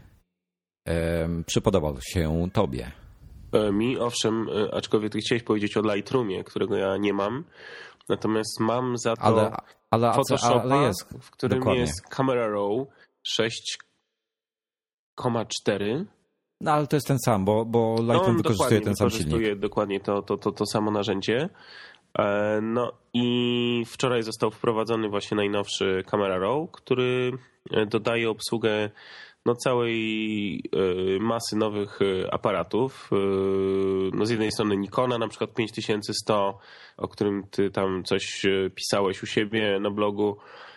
um, przypodobał się tobie. Mi owszem, aczkolwiek ty chciałeś powiedzieć o Lightroomie, którego ja nie mam. Natomiast mam za to ale, ale, Photoshopa, ale jest, w którym dokładnie. jest Camera Raw sześć przecinek cztery. No ale to jest ten sam, bo, bo Lightroom no, wykorzystuje ten sam silnik. Dokładnie to, to, to, to samo narzędzie. No i wczoraj został wprowadzony właśnie najnowszy Camera Raw, który dodaje obsługę no, całej masy nowych aparatów. No, z jednej strony Nikona, na przykład pięć tysięcy sto, o którym ty tam coś pisałeś u siebie na blogu,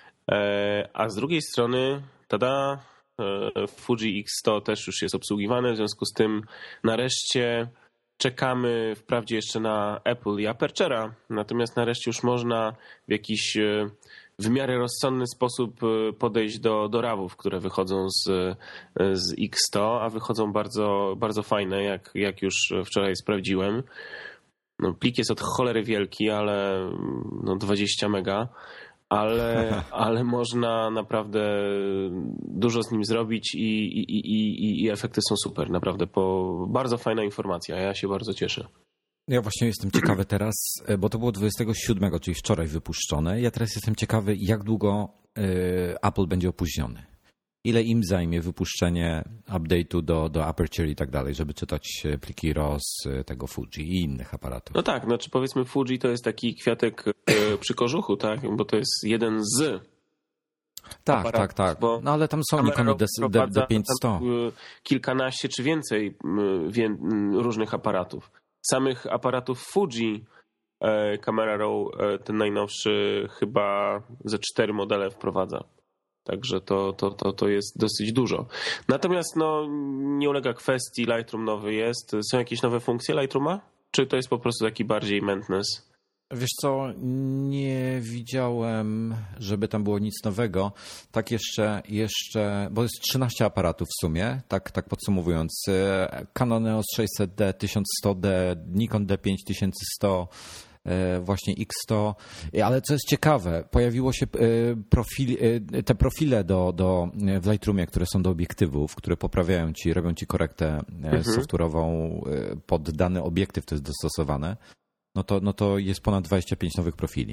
a z drugiej strony tada, Fuji X sto też już jest obsługiwane, w związku z tym nareszcie czekamy wprawdzie jeszcze na Apple i Aperture'a, natomiast nareszcie już można w jakiś w miarę rozsądny sposób podejść do, do rawów, które wychodzą z, z X sto, a wychodzą bardzo, bardzo fajne, jak, jak już wczoraj sprawdziłem. No, plik jest od cholery wielki, ale no dwadzieścia mega. Ale, ale można naprawdę dużo z nim zrobić i, i, i, i efekty są super. Naprawdę po, bardzo fajna informacja. Ja się bardzo cieszę. Ja właśnie jestem ciekawy teraz, bo to było dwudziestego siódmego, czyli wczoraj wypuszczone. Ja teraz jestem ciekawy, jak długo Apple będzie opóźniony. Ile im zajmie wypuszczenie update'u do, do Aperture i tak dalej, żeby czytać pliki R A W z tego Fuji i innych aparatów. No tak, znaczy powiedzmy Fuji to jest taki kwiatek przy kożuchu, tak? Bo to jest jeden z Tak, aparatów, tak, tak. No ale tam są Nikony D pięćset. Kilkanaście czy więcej różnych aparatów. Samych aparatów Fuji Camera Raw, ten najnowszy, chyba ze cztery modele wprowadza. Także to, to, to, to jest dosyć dużo. Natomiast no, nie ulega kwestii, Lightroom nowy jest. Są jakieś nowe funkcje Lightrooma? Czy to jest po prostu taki bardziej maintenance? Wiesz co, nie widziałem, żeby tam było nic nowego. Tak jeszcze, jeszcze bo jest trzynaście aparatów w sumie, tak, tak podsumowując. Canon E O S sześćset D, tysiąc sto D, Nikon D pięć tysięcy sto, właśnie X sto, ale co jest ciekawe, pojawiło się profil, te profile do, do, w Lightroomie, które są do obiektywów, które poprawiają ci, robią ci korektę mhm. software'ową pod dany obiektyw, to jest dostosowane, no to, no to jest ponad dwadzieścia pięć nowych profili.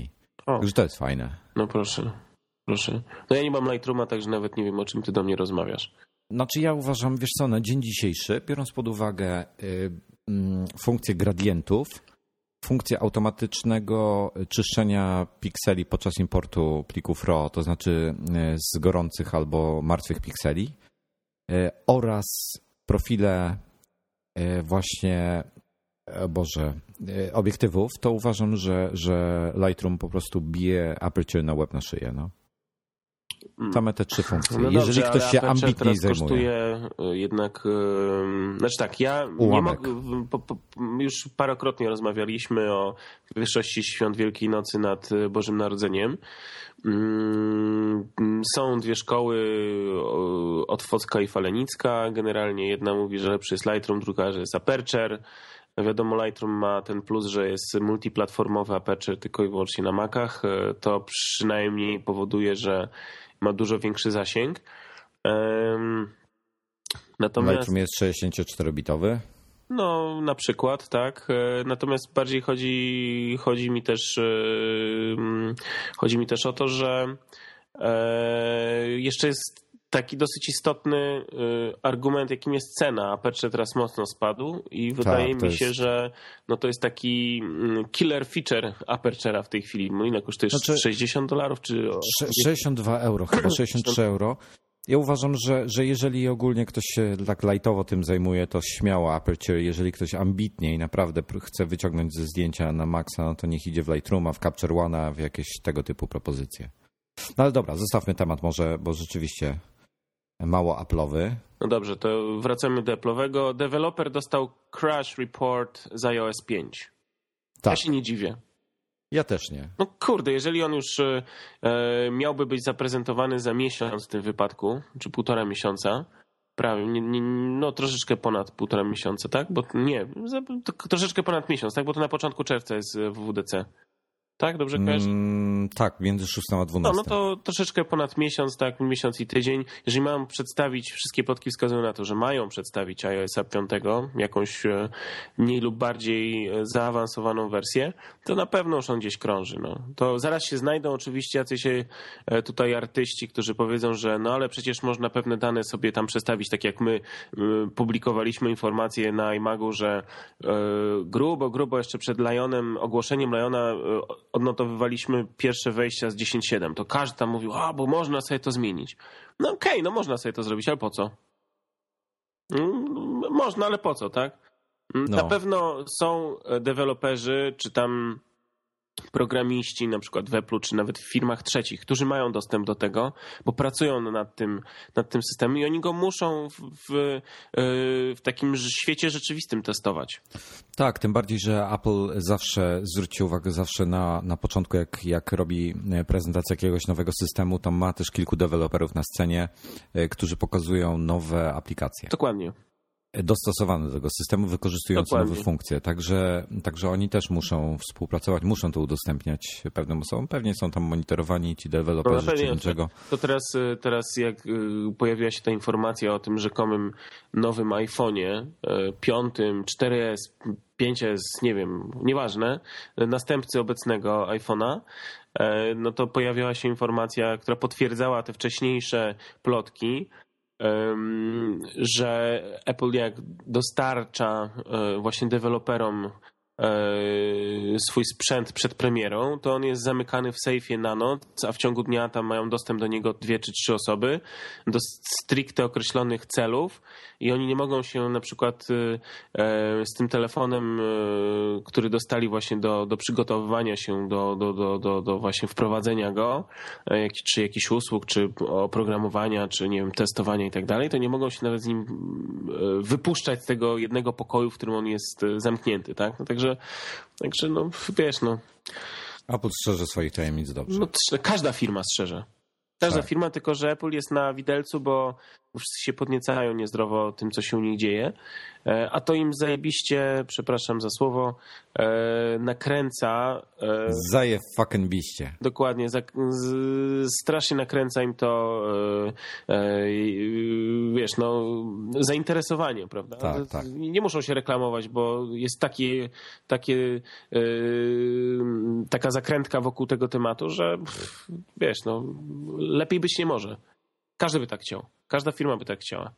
Także to jest fajne. No proszę, proszę. No ja nie mam Lightrooma, także nawet nie wiem, o czym ty do mnie rozmawiasz. Znaczy ja uważam, wiesz co, na dzień dzisiejszy, biorąc pod uwagę y, y, funkcję gradientów, funkcję automatycznego czyszczenia pikseli podczas importu plików R A W, to znaczy z gorących albo martwych pikseli, oraz profile właśnie, Boże, obiektywów, to uważam, że, że Lightroom po prostu bije Aperture na łeb na szyję. No. Same te trzy funkcje. No Jeżeli dobrze, ktoś się ambitniej teraz zajmuje. kosztuje jednak, yy, znaczy tak, ja nie mogę, po, po, już parokrotnie rozmawialiśmy o wyższości świąt Wielkiej Nocy nad Bożym Narodzeniem. Yy, są dwie szkoły, Otwocka i Falenicka. Generalnie jedna mówi, że lepszy jest Lightroom, druga, że jest Aperture. Wiadomo, Lightroom ma ten plus, że jest multiplatformowy, Aperture tylko i wyłącznie na Macach. To przynajmniej powoduje, że ma dużo większy zasięg. Natomiast Lightroom jest sześćdziesięcioczterobitowy? No, na przykład, tak. Natomiast bardziej chodzi, chodzi mi też chodzi mi też o to, że jeszcze jest taki dosyć istotny argument, jakim jest cena. Aperture teraz mocno spadł i wydaje tak, mi się, jest... że no to jest taki killer feature Aperture'a w tej chwili. Ile kosztuje? Znaczy, sześćdziesiąt dolarów? Czy... sześćdziesiąt dwa euro, chyba sześćdziesiąt trzy euro. Ja uważam, że, że jeżeli ogólnie ktoś się tak lightowo tym zajmuje, to śmiało Aperture. Jeżeli ktoś ambitnie i naprawdę chce wyciągnąć ze zdjęcia na maksa, no to niech idzie w Lightrooma, w Capture One'a, w jakieś tego typu propozycje. No ale dobra, zostawmy temat może, bo rzeczywiście mało Apple'owy. No dobrze, to wracamy do Apple'owego. Deweloper dostał crash report z iOS pięć. Tak. Ja się nie dziwię. Ja też nie. No kurde, jeżeli on już e, miałby być zaprezentowany za miesiąc w tym wypadku, czy półtora miesiąca, prawie, nie, nie, no troszeczkę ponad półtora miesiąca, tak? Bo nie, za, to, troszeczkę ponad miesiąc, tak? Bo to na początku czerwca jest w W D C. Tak? Dobrze kojarzę? Mm, tak, między szóstą a dwunastą. No, no to troszeczkę ponad miesiąc, tak, miesiąc i tydzień. Jeżeli mają przedstawić, wszystkie plotki wskazują na to, że mają przedstawić iOS pięć, jakąś mniej lub bardziej zaawansowaną wersję, to na pewno już on gdzieś krąży. No. To zaraz się znajdą oczywiście jacyś tutaj artyści, którzy powiedzą, że no ale przecież można pewne dane sobie tam przestawić, tak jak my publikowaliśmy informację na iMagu, że grubo, grubo jeszcze przed Lionem, ogłoszeniem Liona odnotowywaliśmy pierwsze wejścia z dziesięć siedem, to każdy tam mówił, a bo można sobie to zmienić. No okej, okay, no można sobie to zrobić, ale po co? Można, ale po co, tak? No. Na pewno są deweloperzy, czy tam programiści, na przykład w Apple'u, czy nawet w firmach trzecich, którzy mają dostęp do tego, bo pracują nad tym, nad tym systemem i oni go muszą w, w, w takim świecie rzeczywistym testować. Tak, tym bardziej, że Apple zawsze, zwróćcie uwagę, zawsze na, na początku, jak, jak robi prezentację jakiegoś nowego systemu, to ma też kilku deweloperów na scenie, którzy pokazują nowe aplikacje. Dokładnie. Dostosowane do tego systemu, wykorzystując Dokładnie. nowe funkcje. Także, także oni też muszą współpracować, muszą to udostępniać pewnym osobom. Pewnie są tam monitorowani ci deweloperzy no, czy niczego. To teraz, teraz jak pojawiła się ta informacja o tym rzekomym nowym iPhone'ie, piątym, cztery S, pięć S, nie wiem, nieważne, następcy obecnego iPhone'a, no to pojawiała się informacja, która potwierdzała te wcześniejsze plotki, że Apple jak dostarcza właśnie deweloperom swój sprzęt przed premierą, to on jest zamykany w sejfie na noc, a w ciągu dnia tam mają dostęp do niego dwie czy trzy osoby do stricte określonych celów i oni nie mogą się na przykład z tym telefonem, który dostali właśnie do, do przygotowywania się do, do, do, do, do właśnie wprowadzenia go, czy jakichś usług, czy oprogramowania, czy nie wiem, testowania i tak dalej, to nie mogą się nawet z nim wypuszczać z tego jednego pokoju, w którym on jest zamknięty, tak? No także Także no wiesz, no. Apple strzeże swoich tajemnic dobrze. No, każda firma strzeże. Każda tak. firma, tylko że Apple jest na widelcu, bo wszyscy się podniecają niezdrowo tym, co się u nich dzieje, a to im zajebiście, przepraszam za słowo, nakręca. Zaje fucking biście. Dokładnie, strasznie nakręca im to, wiesz, no, zainteresowanie, prawda? Tak, tak. Nie muszą się reklamować, bo jest takie, takie, taka zakrętka wokół tego tematu, że wiesz, no, lepiej być nie może. Każdy by tak chciał. Każda firma by tak chciała.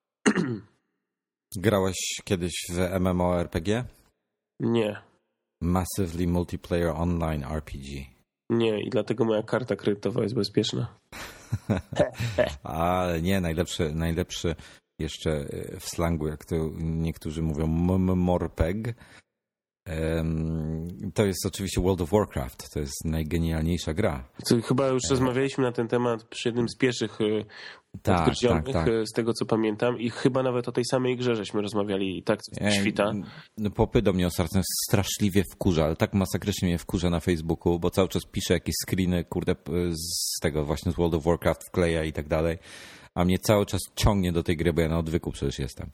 Grałeś kiedyś w MMORPG? Nie. Massively Multiplayer Online R P G. Nie, i dlatego moja karta kredytowa jest bezpieczna. Ale nie, najlepszy, najlepszy jeszcze w slangu, jak to niektórzy mówią, MMORPG. To jest oczywiście World of Warcraft. To jest najgenialniejsza gra. To chyba już rozmawialiśmy na ten temat przy jednym z pierwszych tak, odgryzionych, tak, tak. z tego co pamiętam, i chyba nawet o tej samej grze żeśmy rozmawiali i tak świta. Popy do mnie ostatnio straszliwie wkurza, ale tak masakrycznie mnie wkurza na Facebooku, bo cały czas pisze jakieś screeny, kurde, z tego właśnie z World of Warcraft wkleja i tak dalej, a mnie cały czas ciągnie do tej gry, bo ja na odwyku przecież jestem.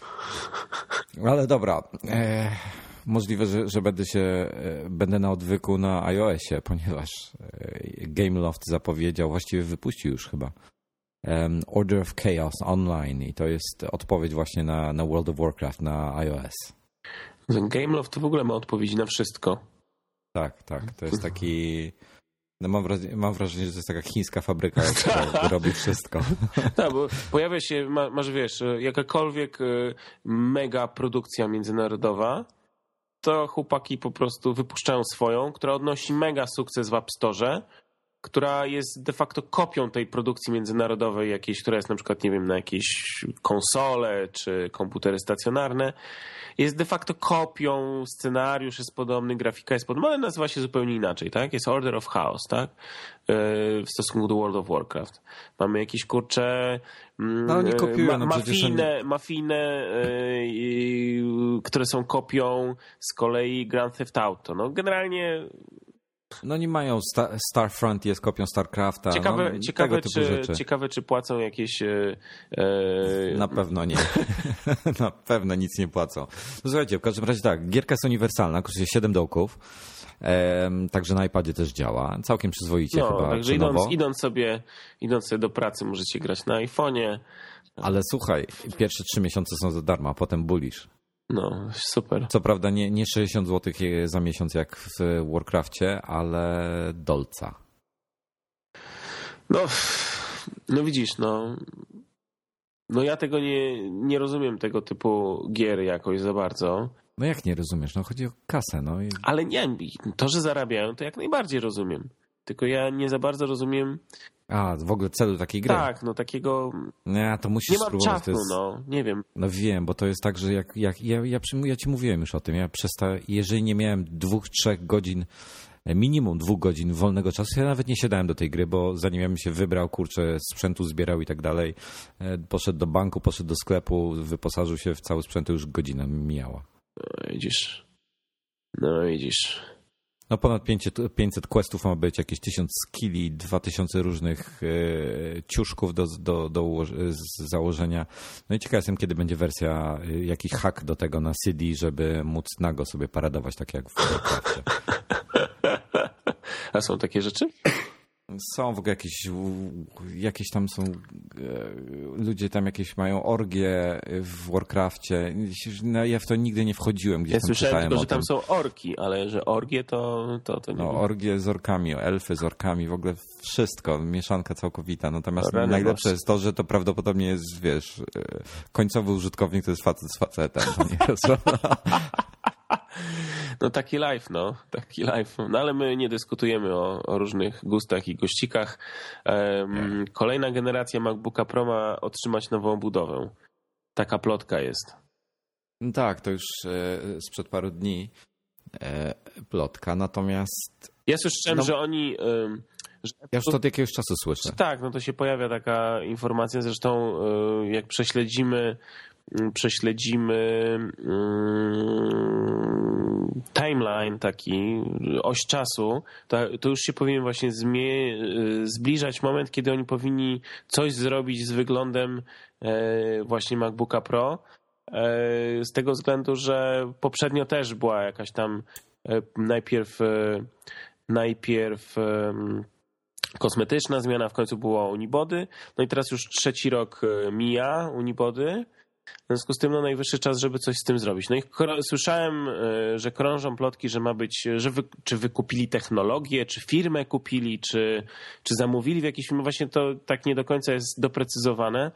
Ale dobra, e, możliwe, że, że będę się, będę na odwyku na iOSie, ponieważ Gameloft zapowiedział, właściwie wypuścił już chyba um, Order of Chaos Online i to jest odpowiedź właśnie na, na World of Warcraft na iOS. Gameloft w ogóle ma odpowiedzi na wszystko. Tak, tak, to jest taki... No mam, wrażenie, mam wrażenie, że to jest taka chińska fabryka, która robi wszystko. Tak, bo pojawia się, masz wiesz, jakakolwiek mega produkcja międzynarodowa, to chłopaki po prostu wypuszczają swoją, która odnosi mega sukces w App Store, która jest de facto kopią tej produkcji międzynarodowej jakiejś, która jest na przykład, nie wiem, na jakieś konsole czy komputery stacjonarne. Jest de facto kopią, scenariusz jest podobny, grafika jest podobna, ale nazywa się zupełnie inaczej, tak? Jest Order of Chaos, tak? W stosunku do World of Warcraft. Mamy jakieś, kurcze, no, oni kopiują, ma, no mafijne, oni... mafijne yy, które są kopią z kolei Grand Theft Auto. No generalnie... No oni mają Star, Starfront, jest kopią StarCrafta. Ciekawe, no, ciekawe, tego czy, typu rzeczy. ciekawe, czy płacą jakieś... E... Na pewno nie. Na pewno nic nie płacą. No słuchajcie, w każdym razie tak, gierka jest uniwersalna, kosztuje siedem dołków, ehm, także na iPadzie też działa. Całkiem przyzwoicie no, chyba. Także idąc, idąc, sobie, idąc sobie do pracy możecie grać na iPhone'ie. Ale słuchaj, pierwsze trzy miesiące są za darmo, a potem bulisz. No, super. Co prawda nie, nie sześćdziesiąt złotych za miesiąc jak w Warcrafcie, ale dolca. No, no widzisz, no, no ja tego nie, nie rozumiem, tego typu gier jakoś za bardzo. No jak nie rozumiesz? No chodzi o kasę. No i... Ale nie, to, że zarabiają, to jak najbardziej rozumiem. Tylko ja nie za bardzo rozumiem... A, w ogóle celu takiej gry. Tak, no takiego... Nie, to musisz nie mam spróbować. czasu, jest... no, nie wiem. No wiem, bo to jest tak, że jak, jak ja, ja, ja ci mówiłem już o tym, ja przesta... jeżeli nie miałem dwóch, trzech godzin, minimum dwóch godzin wolnego czasu, ja nawet nie siadałem do tej gry, bo zanim ja bym się wybrał, kurczę, sprzętu zbierał i tak dalej, poszedł do banku, poszedł do sklepu, wyposażył się w cały sprzęt, to już godzina mijała. No widzisz, no widzisz... No ponad pięćset questów ma być, jakieś tysiąc skilli, dwa tysiące różnych e, ciuszków do, do, do z założenia. No i ciekaw jestem, kiedy będzie wersja, jakiś hack do tego na C D, żeby móc nago sobie paradować, tak jak w Warcraftie. A są takie rzeczy? Są w ogóle jakieś, jakieś tam są, ludzie tam jakieś mają orgie w Warcrafcie. No, ja w to nigdy nie wchodziłem. Gdzieś ja tam słyszałem tylko, że tam tym. są orki, ale że orgie to, to, to nie No, wiem. orgie z orkami, elfy z orkami, w ogóle wszystko, mieszanka całkowita. Natomiast Rany najlepsze was. jest to, że to prawdopodobnie jest, wiesz, końcowy użytkownik to jest facet z facetem. No taki live, no. Taki live. No ale my nie dyskutujemy o, o różnych gustach i gościkach. Um, kolejna generacja MacBooka Pro ma otrzymać nową budowę. Taka plotka jest. No tak, to już e, sprzed paru dni e, plotka, natomiast... Ja słyszałem, no, że oni... Um, że ja już to od jakiegoś czasu słyszę. Tak, no to się pojawia taka informacja, zresztą jak prześledzimy prześledzimy timeline taki, oś czasu, to, to już się powinien właśnie zmie- zbliżać moment, kiedy oni powinni coś zrobić z wyglądem właśnie MacBooka Pro, z tego względu, że poprzednio też była jakaś tam najpierw najpierw kosmetyczna zmiana, w końcu było unibody, no i teraz już trzeci rok mija unibody. W związku z tym no, najwyższy czas, żeby coś z tym zrobić. No i słyszałem, że krążą plotki, że ma być, że wy, czy wykupili technologię, czy firmę kupili, czy, czy zamówili w jakiejś firmie. Właśnie to tak nie do końca jest doprecyzowane,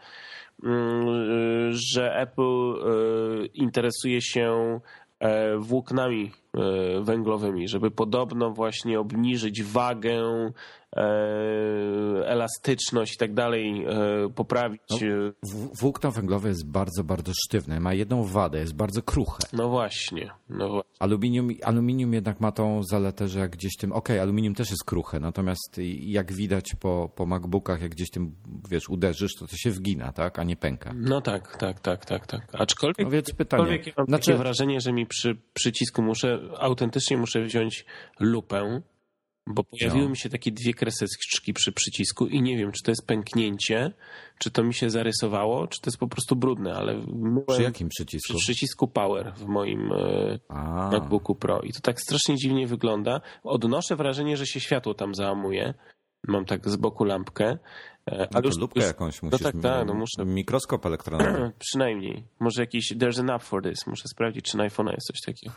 że Apple interesuje się włóknami węglowymi, żeby podobno właśnie obniżyć wagę, elastyczność i tak dalej, poprawić. No, włókno węglowe jest bardzo, bardzo sztywne. Ma jedną wadę, jest bardzo kruche. No właśnie. No właśnie. Aluminium, aluminium jednak ma tą zaletę, że jak gdzieś tym, okej, okay, aluminium też jest kruche, natomiast jak widać po, po MacBookach, jak gdzieś tym, wiesz, uderzysz, to to się wgina, tak, a nie pęka. No tak, tak, tak, tak, tak. Aczkolwiek, no więc pytanie. aczkolwiek mam znaczy... takie wrażenie, że mi przy przycisku muszę, autentycznie muszę wziąć lupę, bo pojawiły no. mi się takie dwie kreseczki przy przycisku i nie wiem, czy to jest pęknięcie, czy to mi się zarysowało, czy to jest po prostu brudne, ale przy jakim przycisku? Przy przycisku Power w moim A. MacBooku Pro i to tak strasznie dziwnie wygląda. Odnoszę wrażenie, że się światło tam załamuje. Mam tak z boku lampkę. A to już, lupkę już, jakąś musisz, no tak, tak, no muszę. Mikroskop elektroniczny. Przynajmniej. Może jakiś there's an app for this. Muszę sprawdzić, czy na iPhone'a jest coś takiego.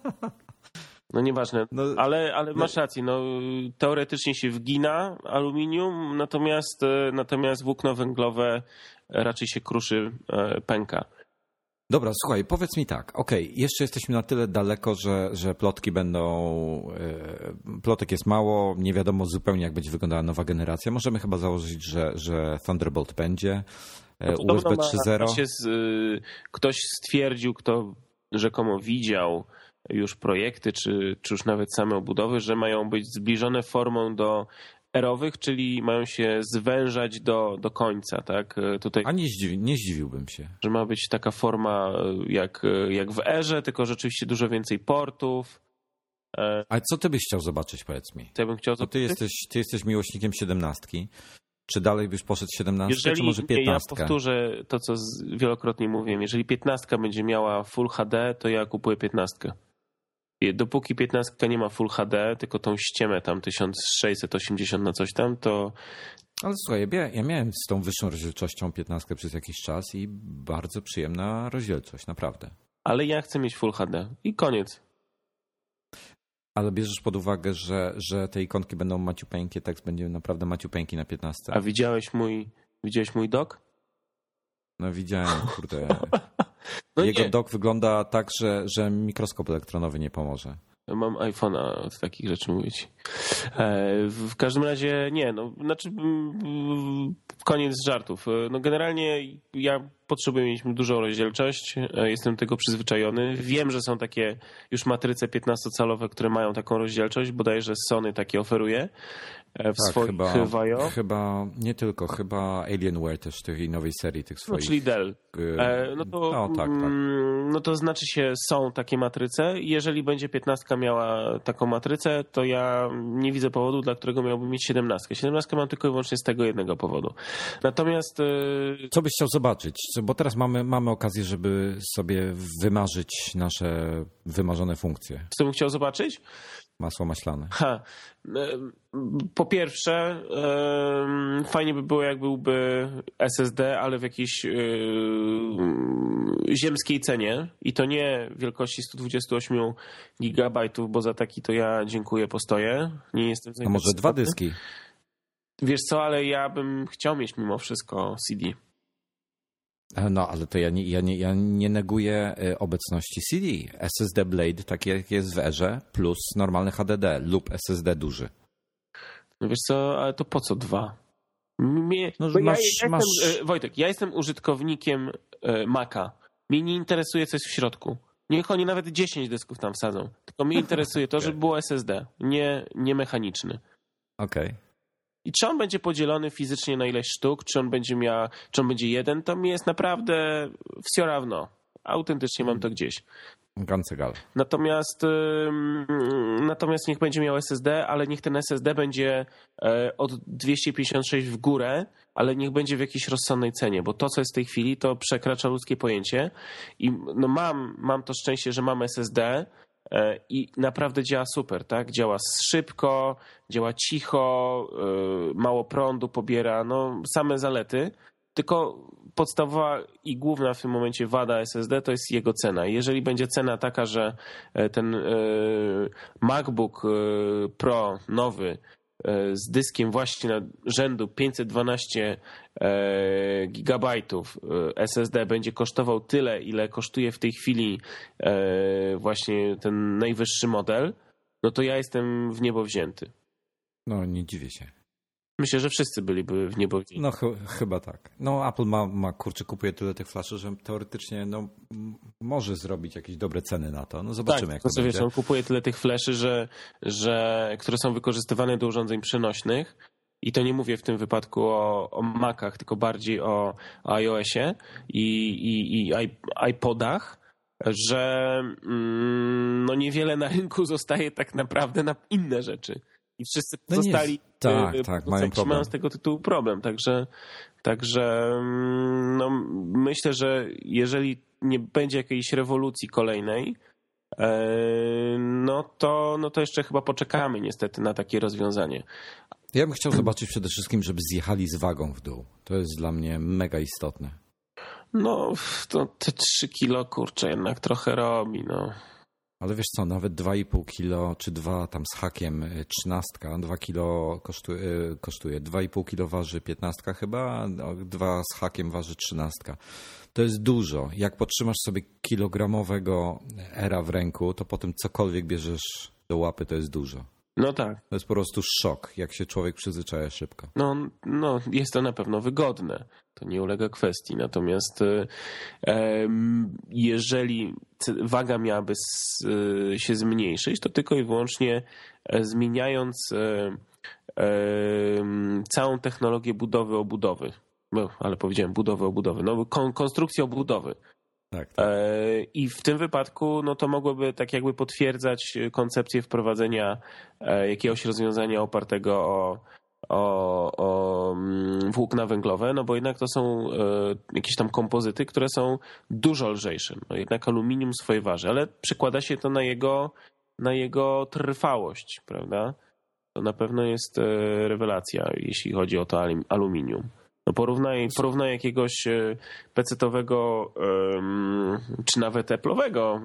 No nieważne, no, ale, ale masz rację, no, teoretycznie się wgina aluminium, natomiast, natomiast włókno węglowe raczej się kruszy, pęka. Dobra, słuchaj, powiedz mi tak, okej, okay, jeszcze jesteśmy na tyle daleko, że, że plotki będą, plotek jest mało, nie wiadomo zupełnie jak będzie wyglądała nowa generacja, możemy chyba założyć, że, że Thunderbolt będzie, no U S B trzy zero. Ktoś stwierdził, kto rzekomo widział już projekty, czy, czy już nawet same obudowy, że mają być zbliżone formą do erowych, czyli mają się zwężać do, do końca, tak? Tutaj, A nie, zdziwi, nie zdziwiłbym się. Że ma być taka forma jak, jak w erze, tylko rzeczywiście dużo więcej portów. A co ty byś chciał zobaczyć, powiedz mi? Co ja bym chciał zobaczyć? Ty jesteś, ty jesteś miłośnikiem siedemnastki. Czy dalej byś poszedł siedemnastkę, jeżeli, czy może piętnastkę? Ja powtórzę to, co wielokrotnie mówiłem. Jeżeli piętnastka będzie miała Full H D, to ja kupuję piętnastkę. Dopóki piętnastka nie ma Full H D, tylko tą ściemę tam tysiąc sześćset osiemdziesiąt na coś tam, to... Ale słuchaj, ja, ja miałem z tą wyższą rozdzielczością piętnastkę przez jakiś czas i bardzo przyjemna rozdzielczość, naprawdę. Ale ja chcę mieć Full H D i koniec. Ale bierzesz pod uwagę, że, że te ikonki będą maciupeńkie, tekst będzie naprawdę maciupeńki na piętnastce. A widziałeś mój, widziałeś mój dock? No widziałem, kurde. No Jego nie. dock wygląda tak, że, że mikroskop elektronowy nie pomoże. Mam iPhone'a od takich rzeczy mówić. W każdym razie nie, no znaczy koniec żartów. No generalnie ja potrzebuję mieć dużą rozdzielczość, jestem do tego przyzwyczajony. Wiem, że są takie już matryce piętnastocalowe, które mają taką rozdzielczość, bodajże Sony takie oferuje w tak, swoich chyba, Vaio. Chyba, nie tylko, chyba Alienware też tej nowej serii tych swoich. No, czyli Dell. No to, no, tak, tak. no to znaczy się, są takie matryce. Jeżeli będzie piętnastka miała taką matrycę, to ja nie widzę powodu, dla którego miałbym mieć siedemnastkę. siedemnastkę mam tylko i wyłącznie z tego jednego powodu. Natomiast... Co byś chciał zobaczyć? Bo teraz mamy, mamy okazję, żeby sobie wymarzyć nasze wymarzone funkcje. Co bym chciał zobaczyć? Masło maślane. Ha. Po pierwsze, fajnie by było, jak byłby S S D, ale w jakiejś ziemskiej cenie i to nie wielkości sto dwadzieścia osiem gigabajtów, bo za taki to ja dziękuję, postoję. Nie jestem A może dwa dyski? Wiesz co, ale ja bym chciał mieć mimo wszystko C D. No, ale to ja nie, ja, nie, ja nie neguję obecności C D. S S D Blade, takie jak jest w erze, plus normalny H D D lub S S D duży. No wiesz co, ale to po co dwa? Mnie, no, masz, ja, ja masz... Jestem, Wojtek, ja jestem użytkownikiem Maca. Mnie nie interesuje, co jest w środku. Niech oni nawet dziesięć dysków tam wsadzą. Tylko mnie interesuje to, żeby było S S D, nie, nie mechaniczny. Okej. Okay. I czy on będzie podzielony fizycznie na ileś sztuk, czy on będzie miał, czy on będzie jeden, to mi jest naprawdę wsio равно. Autentycznie mam to gdzieś. Gancegal. Natomiast, natomiast niech będzie miał S S D, ale niech ten S S D będzie od dwieście pięćdziesiąt sześć w górę, ale niech będzie w jakiejś rozsądnej cenie, bo to, co jest w tej chwili, to przekracza ludzkie pojęcie. I no mam, mam to szczęście, że mam S S D i naprawdę działa super, tak? Działa szybko, działa cicho, mało prądu pobiera, no same zalety. Tylko podstawowa i główna w tym momencie wada S S D to jest jego cena. Jeżeli będzie cena taka, że ten MacBook Pro nowy z dyskiem właśnie na rzędu pięćset dwanaście gigabajtów S S D będzie kosztował tyle, ile kosztuje w tej chwili właśnie ten najwyższy model, no to ja jestem w niebo wzięty. No nie dziwię się. Myślę, że wszyscy byliby w niebo wzięci. No ch- chyba tak. No Apple ma, ma, kurczę, kupuje tyle tych flaszy, że teoretycznie no, może zrobić jakieś dobre ceny na to. No zobaczymy, tak, jak to, to będzie. Wiesz, on kupuje tyle tych fleszy, że, że, które są wykorzystywane do urządzeń przenośnych. I to nie mówię w tym wypadku o, o Macach, tylko bardziej o, o iOSie i, i, i iPodach, że mm, no niewiele na rynku zostaje tak naprawdę na inne rzeczy. I wszyscy pozostali no tak, tak, mają, problem. mają z tego tytułu problem. Także, także no, myślę, że jeżeli nie będzie jakiejś rewolucji kolejnej, no to, no to jeszcze chyba poczekamy niestety na takie rozwiązanie. Ja bym chciał zobaczyć przede wszystkim, żeby zjechali z wagą w dół. To jest dla mnie mega istotne. No, to te trzy kilo, kurczę, jednak trochę robi, no. Ale wiesz co, nawet dwa i pół kilo, czy dwa tam z hakiem trzynastka, dwa kilo kosztuje, kosztuje, dwa i pół kilo waży piętnastka chyba, dwa z hakiem waży trzynastka. To jest dużo. Jak potrzymasz sobie kilogramowego Era w ręku, to potem cokolwiek bierzesz do łapy, to jest dużo. No tak. To jest po prostu szok, jak się człowiek przyzwyczaja szybko. No, no jest to na pewno wygodne. To nie ulega kwestii. Natomiast e, jeżeli waga miałaby s, e, się zmniejszyć, to tylko i wyłącznie zmieniając e, e, całą technologię budowy obudowy. No, ale powiedziałem budowy obudowy. No, kon, konstrukcję obudowy. Tak, tak. I w tym wypadku no to mogłoby tak jakby potwierdzać koncepcję wprowadzenia jakiegoś rozwiązania opartego o, o, o włókna węglowe, no bo jednak to są jakieś tam kompozyty, które są dużo lżejsze. No jednak aluminium swoje waży, ale przekłada się to na jego, na jego trwałość, prawda? To na pewno jest rewelacja, jeśli chodzi o to aluminium. No porównaj, porównaj jakiegoś pecetowego czy nawet Apple'owego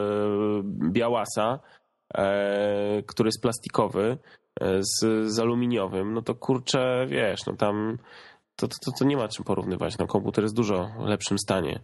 białasa, który jest plastikowy z, z aluminiowym, no to kurczę, wiesz, no tam to, to, to nie ma czym porównywać. No komputer jest w dużo lepszym stanie,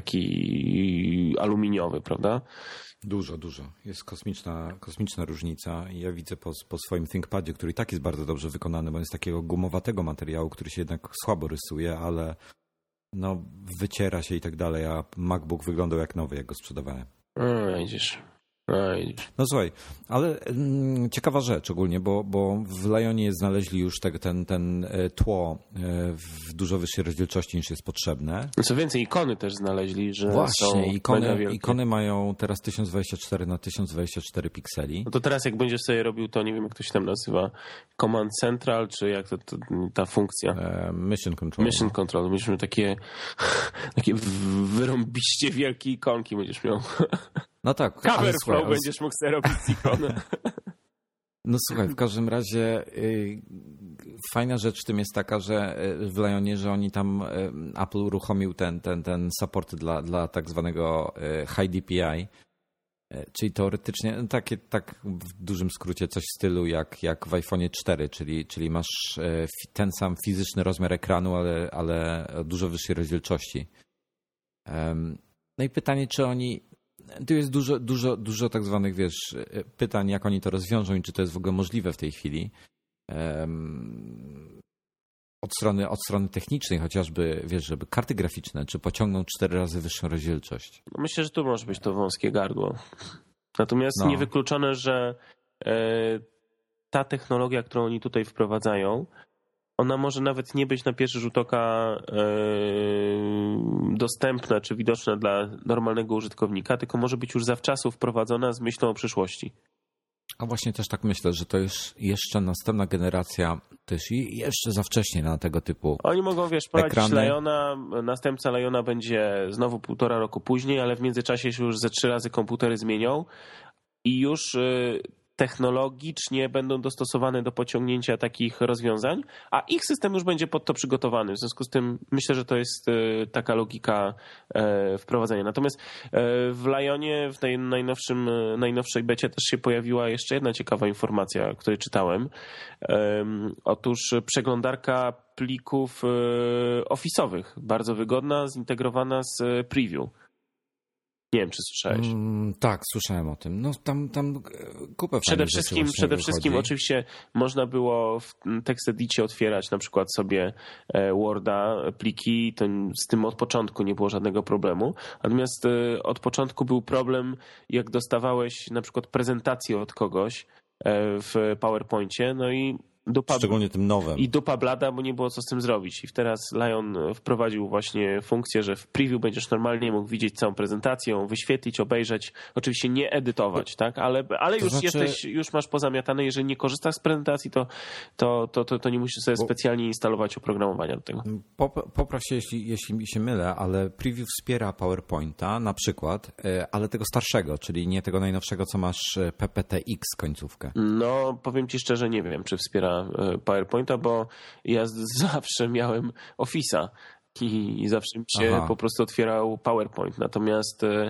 taki aluminiowy, prawda? Dużo, dużo. Jest kosmiczna, kosmiczna różnica i ja widzę po, po swoim ThinkPadzie, który i tak jest bardzo dobrze wykonany, bo jest takiego gumowatego materiału, który się jednak słabo rysuje, ale no wyciera się i tak dalej, a MacBook wyglądał jak nowy, jak go sprzedawałem. No widzisz. No, widzisz. No słuchaj, ale mm, ciekawa rzecz ogólnie, bo, bo w Lionie znaleźli już te, ten, ten tło w dużo wyższej rozdzielczości niż jest potrzebne. Co więcej, ikony też znaleźli, że Właśnie, są ikony, ikony mają teraz tysiąc dwadzieścia cztery na tysiąc dwadzieścia cztery pikseli. No to teraz jak będziesz sobie robił to, nie wiem jak to się tam nazywa, Command Central, czy jak to, to ta funkcja? E, Mission Control. Mission no. Control. Będziesz miał takie, takie wyrąbiście wielkie ikonki będziesz miał. No tak. Cover flow będziesz mógł sobie robić z ikony. No słuchaj, w każdym razie y, fajna rzecz w tym jest taka, że w Lionie, że oni tam, y, Apple uruchomił ten, ten, ten support dla, dla tak zwanego y, High D P I, y, czyli teoretycznie no takie, tak w dużym skrócie coś w stylu jak, jak w iPhone'ie cztery, czyli, czyli masz y, ten sam fizyczny rozmiar ekranu, ale, ale o dużo wyższej rozdzielczości. Um, no i pytanie, czy oni... Tu jest dużo, dużo, dużo tak zwanych, wiesz, pytań, jak oni to rozwiążą i czy to jest w ogóle możliwe w tej chwili. Um, od strony, od strony technicznej chociażby, wiesz, żeby karty graficzne, czy pociągną cztery razy wyższą rozdzielczość. No myślę, że tu może być to wąskie gardło. Natomiast no. niewykluczone, że e, ta technologia, którą oni tutaj wprowadzają, ona może nawet nie być na pierwszy rzut oka dostępna czy widoczna dla normalnego użytkownika, tylko może być już zawczasu wprowadzona z myślą o przyszłości. A właśnie też tak myślę, że to jest jeszcze następna generacja, też i jeszcze za wcześnie na tego typu Oni mogą, wiesz, prowadzić ekrany. Liona, następca Liona będzie znowu półtora roku później, ale w międzyczasie się już ze trzy razy komputery zmienią i już technologicznie będą dostosowane do pociągnięcia takich rozwiązań, a ich system już będzie pod to przygotowany. W związku z tym myślę, że to jest taka logika wprowadzenia. Natomiast w Lionie, w tej najnowszym, najnowszej becie też się pojawiła jeszcze jedna ciekawa informacja, o której czytałem. Otóż przeglądarka plików office'owych, bardzo wygodna, zintegrowana z preview. Nie wiem, czy słyszałeś. Mm, tak, słyszałem o tym. No tam, tam kupę Przede wszystkim, przede wszystkim oczywiście można było w TextEdicie otwierać na przykład sobie Worda, pliki, to z tym od początku nie było żadnego problemu. Natomiast od początku był problem, jak dostawałeś na przykład prezentację od kogoś w PowerPoincie, no i dupa, szczególnie tym nowym. I dupa blada, bo nie było co z tym zrobić. I teraz Lion wprowadził właśnie funkcję, że w preview będziesz normalnie mógł widzieć całą prezentację, ją wyświetlić, obejrzeć. Oczywiście nie edytować, tak? Ale, ale to już znaczy... jesteś, już masz pozamiatane. Jeżeli nie korzystasz z prezentacji, to, to, to, to, to nie musisz sobie bo... specjalnie instalować oprogramowania do tego. Popraw się, jeśli, jeśli mi się mylę, ale preview wspiera PowerPointa na przykład, ale tego starszego, czyli nie tego najnowszego, co masz P P T X końcówkę. No, powiem ci szczerze, nie wiem, czy wspiera PowerPointa, bo ja zawsze miałem Office'a i, i zawsze mi się Aha. po prostu otwierał PowerPoint. Natomiast e,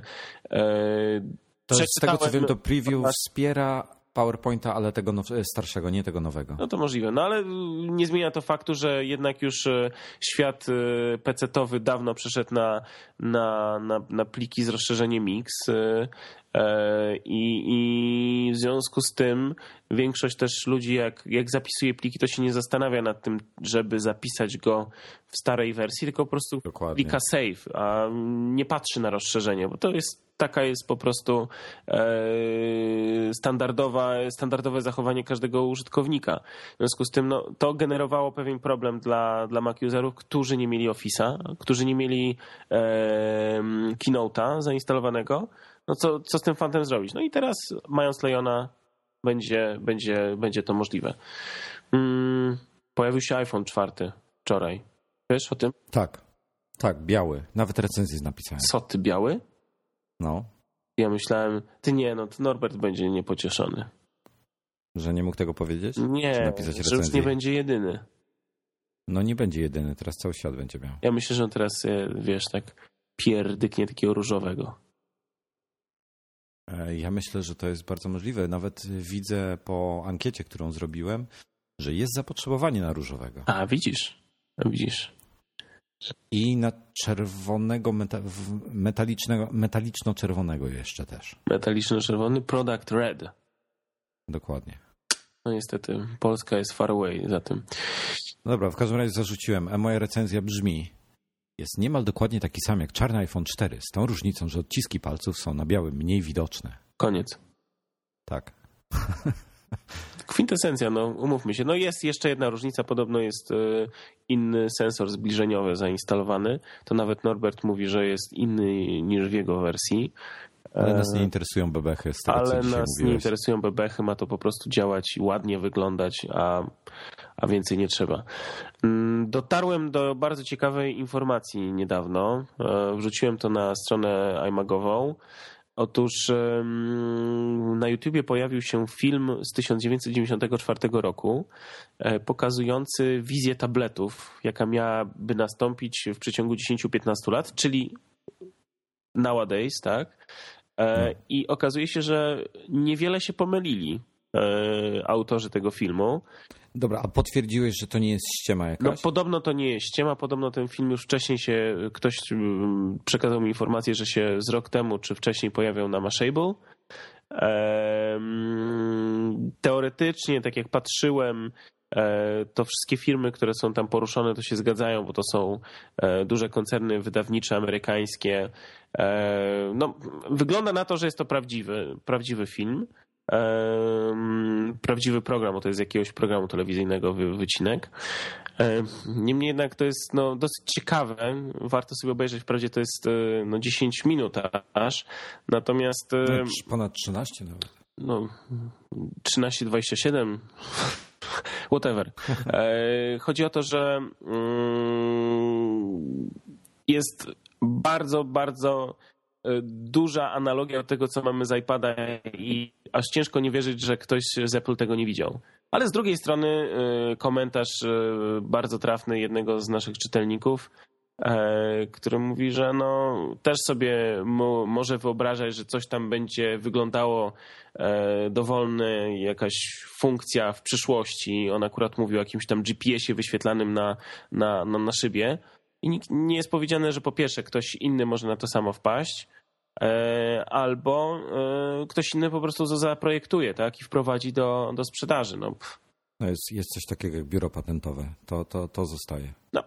to z tego co wiem, to preview wspiera PowerPointa, ale tego now, starszego, nie tego nowego. No to możliwe, no ale nie zmienia to faktu, że jednak już świat pecetowy dawno przeszedł na, na, na, na pliki z rozszerzeniem X. I, I w związku z tym większość też ludzi, jak, jak zapisuje pliki, to się nie zastanawia nad tym, żeby zapisać go w starej wersji, tylko po prostu Dokładnie. klika save, a nie patrzy na rozszerzenie, bo to jest taka jest po prostu e, standardowa, standardowe zachowanie każdego użytkownika. W związku z tym no, to generowało pewien problem dla, dla Mac userów, którzy nie mieli Office'a, którzy nie mieli e, Keynote'a zainstalowanego. No co, co z tym fantem zrobić? No i teraz, mając Liona, będzie, będzie, będzie to możliwe. Hmm, pojawił się iPhone czwarty wczoraj. Wiesz o tym? Tak, tak, biały. Nawet recenzję napisałem. Co, ty biały? No. Ja myślałem, ty nie, no to Norbert będzie niepocieszony. Że nie mógł tego powiedzieć? Nie, napisać że już nie będzie jedyny. No nie będzie jedyny, teraz cały świat będzie miał. Ja myślę, że on teraz, wiesz, tak pierdyknie takiego różowego. Ja myślę, że to jest bardzo możliwe. Nawet widzę po ankiecie, którą zrobiłem, że jest zapotrzebowanie na różowego. A, widzisz, a widzisz. I na czerwonego, meta, metalicznego, metaliczno-czerwonego jeszcze też. Metaliczno-czerwony, product red. Dokładnie. No niestety, Polska jest far away za tym. No dobra, w każdym razie zarzuciłem, a moja recenzja brzmi: jest niemal dokładnie taki sam jak czarny iPhone cztery, z tą różnicą, że odciski palców są na białym mniej widoczne. Koniec. Tak. Kwintesencja, no umówmy się. No jest jeszcze jedna różnica, podobno jest inny sensor zbliżeniowy zainstalowany. To nawet Norbert mówi, że jest inny niż w jego wersji. Ale nas nie interesują bebechy. Z tego, Ale co nas mówiłeś. nie interesują bebechy, ma to po prostu działać i ładnie wyglądać, a, a więcej nie trzeba. Dotarłem do bardzo ciekawej informacji niedawno. Wrzuciłem to na stronę iMagową. Otóż na YouTubie pojawił się film z tysiąc dziewięćset dziewięćdziesiątego czwartego roku pokazujący wizję tabletów, jaka miałaby nastąpić w przeciągu dziesięć do piętnastu lat, czyli nowadays, tak? I okazuje się, że niewiele się pomylili autorzy tego filmu. Dobra, a potwierdziłeś, że to nie jest ściema jakaś? No podobno to nie jest ściema, podobno ten film już wcześniej się, ktoś przekazał mi informację, że się z rok temu czy wcześniej pojawiał na Mashable. Teoretycznie, tak jak patrzyłem, to wszystkie firmy, które są tam poruszone, to się zgadzają, bo to są duże koncerny wydawnicze amerykańskie. No, wygląda na to, że jest to prawdziwy, prawdziwy film. prawdziwy program, bo to jest z jakiegoś programu telewizyjnego wycinek. Niemniej jednak to jest no, dosyć ciekawe. Warto sobie obejrzeć. Wprawdzie to jest no, dziesięć minut aż. Natomiast... No, ponad trzynaście nawet. No, trzynaście dwadzieścia siedem... Whatever. Chodzi o to, że jest bardzo, bardzo duża analogia do tego, co mamy z iPada i aż ciężko nie wierzyć, że ktoś z Apple tego nie widział. Ale z drugiej strony komentarz bardzo trafny jednego z naszych czytelników, który mówi, że no też sobie mo, może wyobrażać, że coś tam będzie wyglądało dowolna jakaś funkcja w przyszłości. On akurat mówił o jakimś tam G P S-ie wyświetlanym na, na, na, na szybie. I nikt, nie jest powiedziane, że po pierwsze ktoś inny może na to samo wpaść, albo ktoś inny po prostu to zaprojektuje, tak, i wprowadzi do, do sprzedaży. No. No jest, jest coś takiego jak biuro patentowe. To, to, to zostaje. No.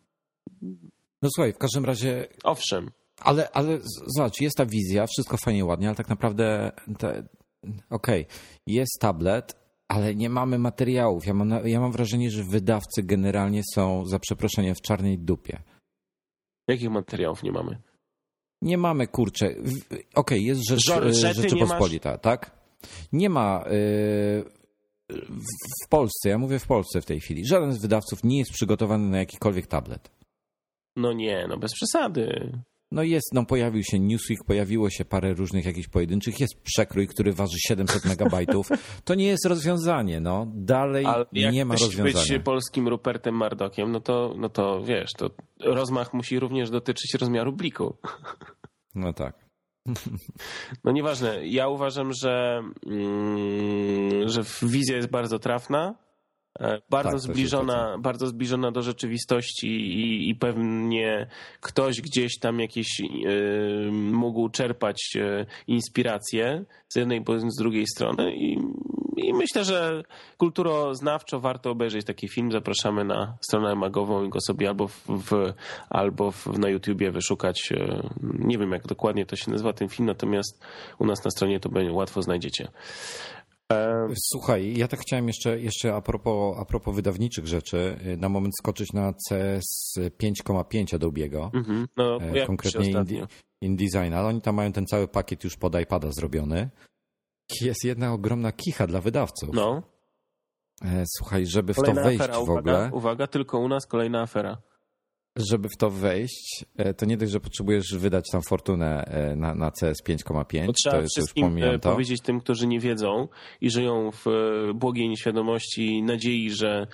No słuchaj, w każdym razie... Owszem. Ale, ale zobacz, jest ta wizja, wszystko fajnie, ładnie, ale tak naprawdę te, okej, okay, jest tablet, ale nie mamy materiałów. Ja mam, ja mam wrażenie, że wydawcy generalnie są, za przeproszeniem, w czarnej dupie. Jakich materiałów nie mamy? Nie mamy, kurczę. Okej, okay, jest rzecz, Rzeczypospolita, tak? Nie ma... Yy, w Polsce, ja mówię w Polsce w tej chwili, żaden z wydawców nie jest przygotowany na jakikolwiek tablet. No nie, no bez przesady. No jest, no pojawił się Newsweek, pojawiło się parę różnych jakichś pojedynczych, jest przekrój, który waży siedemset megabajtów. To nie jest rozwiązanie, no. Dalej nie ma rozwiązania. Jak być polskim Rupertem Murdochem, no to, no to wiesz, to rozmach musi również dotyczyć rozmiaru bliku. No tak. No nieważne. Ja uważam, że, mm, że wizja jest bardzo trafna, bardzo tak, zbliżona, bardzo zbliżona do rzeczywistości i, i pewnie ktoś gdzieś tam jakieś y, mógł czerpać y, inspirację z jednej bądź z drugiej strony i, i myślę, że kulturoznawczo warto obejrzeć taki film. Zapraszamy na stronę magową i go sobie albo w, w, albo w, na YouTubie wyszukać. Y, nie wiem, jak dokładnie to się nazywa ten film, natomiast u nas na stronie to będzie łatwo znajdziecie. Słuchaj, ja tak chciałem jeszcze, jeszcze a propos, a propos wydawniczych rzeczy, na moment skoczyć na C S pięć przecinek pięć Adobe'ego, mm-hmm. no, konkretnie Indi- InDesign, ale oni tam mają ten cały pakiet już pod iPada zrobiony. Jest jedna ogromna kicha dla wydawców. No. Słuchaj, żeby kolejna w to wejść afera, w ogóle... Uwaga, uwaga, tylko u nas kolejna afera. Żeby w to wejść, to nie dość, że potrzebujesz wydać tam fortunę na, na C S pięć przecinek pięć. To trzeba to, wszystkim to to. powiedzieć tym, którzy nie wiedzą i żyją w błogiej nieświadomości, nadziei, że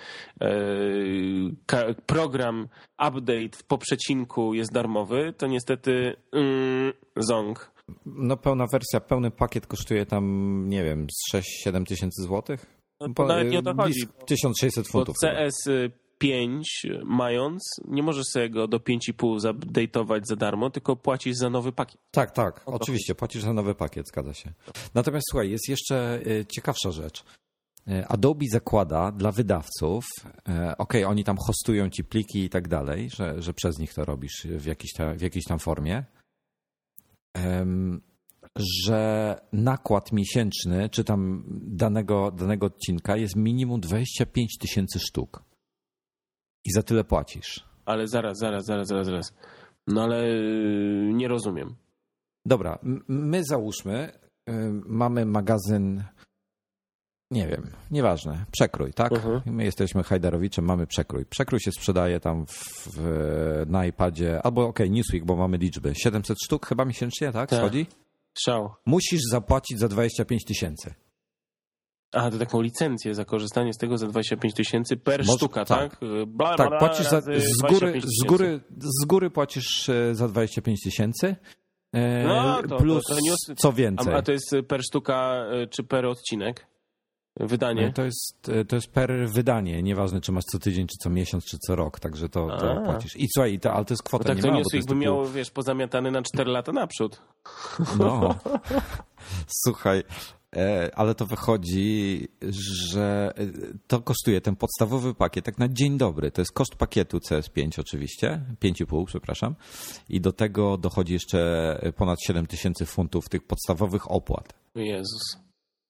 program update po przecinku jest darmowy, to niestety mm, ząg. No pełna wersja, pełny pakiet kosztuje tam, nie wiem, z sześć siedem tysięcy złotych? No to nawet nie o to chodzi. tysiąc sześćset funtów. Bo C S pięć mając, nie możesz sobie go do pięć i pół zupdate'ować za darmo, tylko płacisz za nowy pakiet. Tak, tak, oczywiście, płacisz za nowy pakiet, zgadza się. Natomiast słuchaj, jest jeszcze ciekawsza rzecz. Adobe zakłada dla wydawców, okej, okay, oni tam hostują ci pliki i tak dalej, że, że przez nich to robisz w jakiejś, ta, w jakiejś tam formie, um, że nakład miesięczny, czy tam danego, danego odcinka jest minimum dwadzieścia pięć tysięcy sztuk. I za tyle płacisz. Ale zaraz, zaraz, zaraz, zaraz, zaraz. No ale nie rozumiem. Dobra, my załóżmy, mamy magazyn, nie wiem, nieważne, Przekrój, tak? Uh-huh. My jesteśmy Hajdarowiczem, mamy Przekrój. Przekrój się sprzedaje tam w, w, na iPadzie, albo okej, okay, Newsweek, bo mamy liczby. siedemset sztuk chyba miesięcznie, tak? Tak. Schodzi? Szał. Musisz zapłacić za dwadzieścia pięć tysięcy. A, to taką licencję za korzystanie z tego za dwadzieścia pięć tysięcy per Może, sztuka, tak? Tak, bla, bla, tak płacisz za, z, góry, z, góry, z góry płacisz za dwadzieścia pięć tysięcy. No, to, plus to, to news, co więcej. A, a to jest per sztuka czy per odcinek? Wydanie? To jest, to jest per wydanie, nieważne czy masz co tydzień, czy co miesiąc, czy co rok, także to, to płacisz. I słuchaj, to, ale to jest kwota, tak nie to ma. Tak to by miał, wiesz, pozamiatany na cztery lata naprzód. No, słuchaj, ale to wychodzi, że to kosztuje ten podstawowy pakiet, tak na dzień dobry, to jest koszt pakietu C S pięć oczywiście, pięć i pół, przepraszam, i do tego dochodzi jeszcze ponad siedem tysięcy funtów tych podstawowych opłat. Jezus.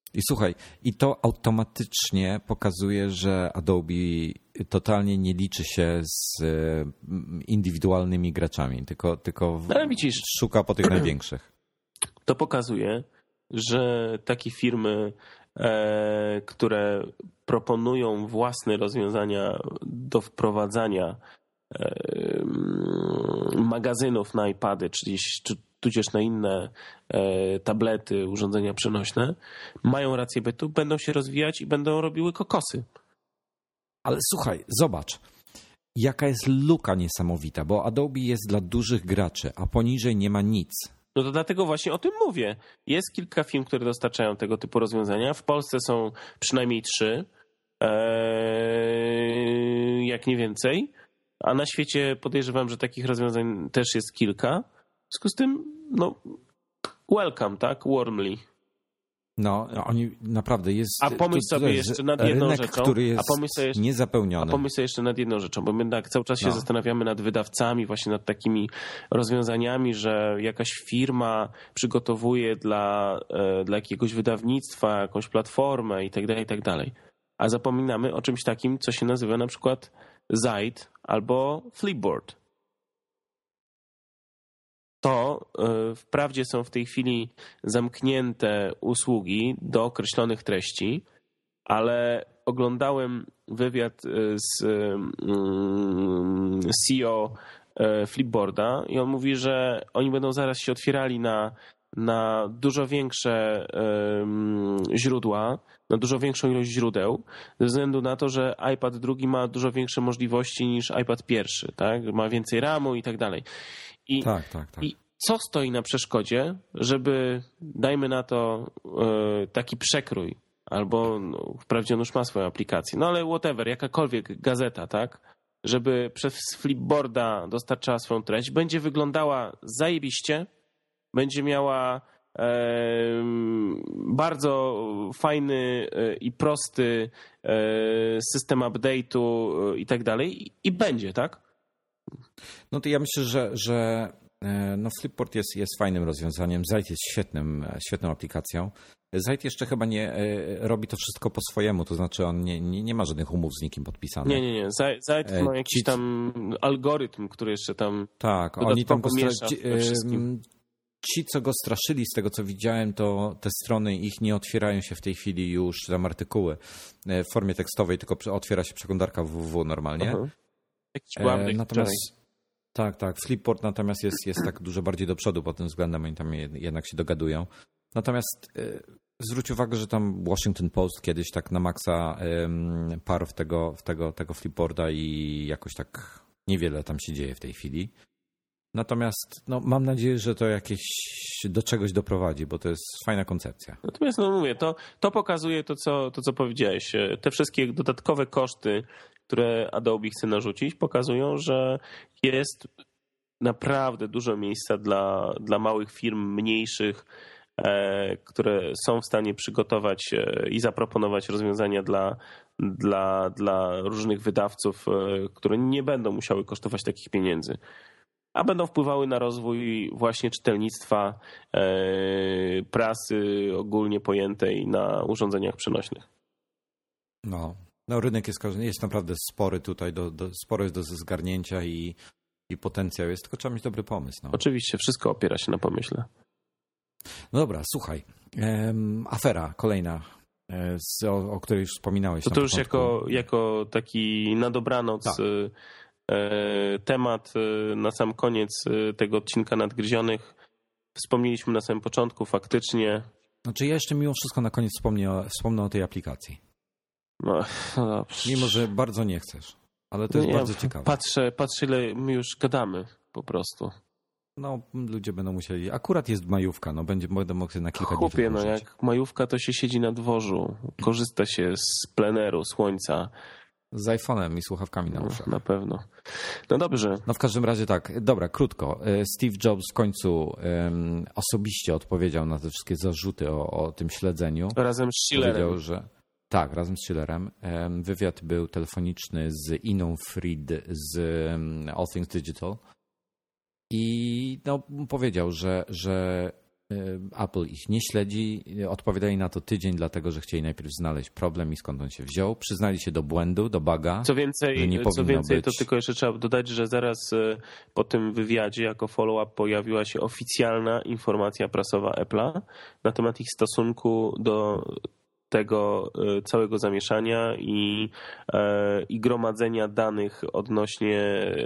I słuchaj, i to automatycznie pokazuje, że Adobe totalnie nie liczy się z indywidualnymi graczami, tylko, tylko Ale widzisz, szuka po tych największych. To pokazuje, że takie firmy, e, które proponują własne rozwiązania do wprowadzania e, magazynów na iPady, czyli czy, tudzież na inne e, tablety, urządzenia przenośne, mają rację bytu, będą się rozwijać i będą robiły kokosy. Ale słuchaj, zobacz, jaka jest luka niesamowita, bo Adobe jest dla dużych graczy, a poniżej nie ma nic. No to dlatego właśnie o tym mówię. Jest kilka firm, które dostarczają tego typu rozwiązania. W Polsce są przynajmniej trzy, ee, jak nie więcej. A na świecie podejrzewam, że takich rozwiązań też jest kilka. W związku z tym, no, welcome, tak? Warmly. No, oni naprawdę jest... A pomyśl to, to sobie jeszcze nad jedną rynek, rzeczą. który jest a pomyśl sobie jeszcze, niezapełniony. A pomyśl sobie jeszcze nad jedną rzeczą, bo my tak cały czas się no. zastanawiamy nad wydawcami, właśnie nad takimi rozwiązaniami, że jakaś firma przygotowuje dla, dla jakiegoś wydawnictwa jakąś platformę i tak dalej, i tak dalej. A zapominamy o czymś takim, co się nazywa na przykład Zeit albo Flipboard. To wprawdzie są w tej chwili zamknięte usługi do określonych treści, ale oglądałem wywiad z C E O Flipboarda i on mówi, że oni będą zaraz się otwierali na, na dużo większe źródła, na dużo większą ilość źródeł, ze względu na to, że iPad drugi ma dużo większe możliwości niż iPad pierwszy, tak? Ma więcej ramu i tak dalej. I, tak, tak, tak. I co stoi na przeszkodzie, żeby, dajmy na to, taki przekrój, albo no, wprawdzie on już ma swoją aplikację, no ale whatever, jakakolwiek gazeta, tak, żeby przez Flipboarda dostarczała swoją treść, będzie wyglądała zajebiście, będzie miała e, bardzo fajny i prosty e, system update'u i tak dalej i będzie, tak? No to ja myślę, że, że no Flipboard jest, jest fajnym rozwiązaniem. Zeit jest świetnym, świetną aplikacją. Zeit jeszcze chyba nie robi to wszystko po swojemu, to znaczy on nie, nie, nie ma żadnych umów z nikim podpisanych. Nie, nie, nie. Zeit ma jakiś tam algorytm, który jeszcze tam tak, oni tam go miesza we wszystkim. Ci, co go straszyli, z tego co widziałem, to te strony ich nie otwierają się w tej chwili już, tam artykuły w formie tekstowej, tylko otwiera się przeglądarka www normalnie. Uh-huh. Jakiś e, natomiast tak, tak. Flipboard natomiast jest, jest tak dużo bardziej do przodu pod tym względem, oni tam jednak się dogadują. Natomiast y, zwróć uwagę, że tam Washington Post kiedyś tak na maksa y, parł w tego, w tego, tego Flipboarda i jakoś tak niewiele tam się dzieje w tej chwili. Natomiast no, mam nadzieję, że to jakieś do czegoś doprowadzi, bo to jest fajna koncepcja. Natomiast no mówię, to, to pokazuje to co, to, co powiedziałeś. Te wszystkie dodatkowe koszty, które Adobe chce narzucić, pokazują, że jest naprawdę dużo miejsca dla, dla małych firm, mniejszych, e, które są w stanie przygotować i zaproponować rozwiązania dla, dla, dla różnych wydawców, e, które nie będą musiały kosztować takich pieniędzy, a będą wpływały na rozwój właśnie czytelnictwa, e, prasy ogólnie pojętej na urządzeniach przenośnych. No. No, rynek jest, jest naprawdę spory tutaj, do, do, sporo jest do zgarnięcia i, i potencjał jest, tylko trzeba mieć dobry pomysł. No. Oczywiście, wszystko opiera się na pomyśle. No dobra, słuchaj, um, afera kolejna, z, o, o której już wspominałeś. To, to już jako, jako taki na dobranoc tak. e, temat e, na sam koniec tego odcinka Nadgryzionych. Wspomnieliśmy na samym początku, faktycznie. Znaczy ja jeszcze mimo wszystko na koniec wspomnę o, wspomnę o tej aplikacji. No, no, mimo, że bardzo nie chcesz, ale to jest nie, bardzo ciekawe. Patrzę, patrzę, ile my już gadamy po prostu. No, ludzie będą musieli... Akurat jest majówka, no będzie, będę mógł sobie na kilka dni Chłopie, no jak majówka, to się siedzi na dworzu, korzysta się z pleneru, słońca. Z iPhone'em i słuchawkami na uszach. No, na pewno. No dobrze. No w każdym razie tak, dobra, krótko. Steve Jobs w końcu um, osobiście odpowiedział na te wszystkie zarzuty o, o tym śledzeniu. Razem z Schillerem. Powiedział, że tak, razem z Schillerem. Wywiad był telefoniczny z Iną Fried z All Things Digital i no, powiedział, że, że Apple ich nie śledzi. Odpowiadali na to tydzień, dlatego że chcieli najpierw znaleźć problem i skąd on się wziął. Przyznali się do błędu, do buga. Co więcej, nie co więcej być... to tylko jeszcze trzeba dodać, że zaraz po tym wywiadzie jako follow-up pojawiła się oficjalna informacja prasowa Apple'a na temat ich stosunku do tego całego zamieszania i, i gromadzenia danych odnośnie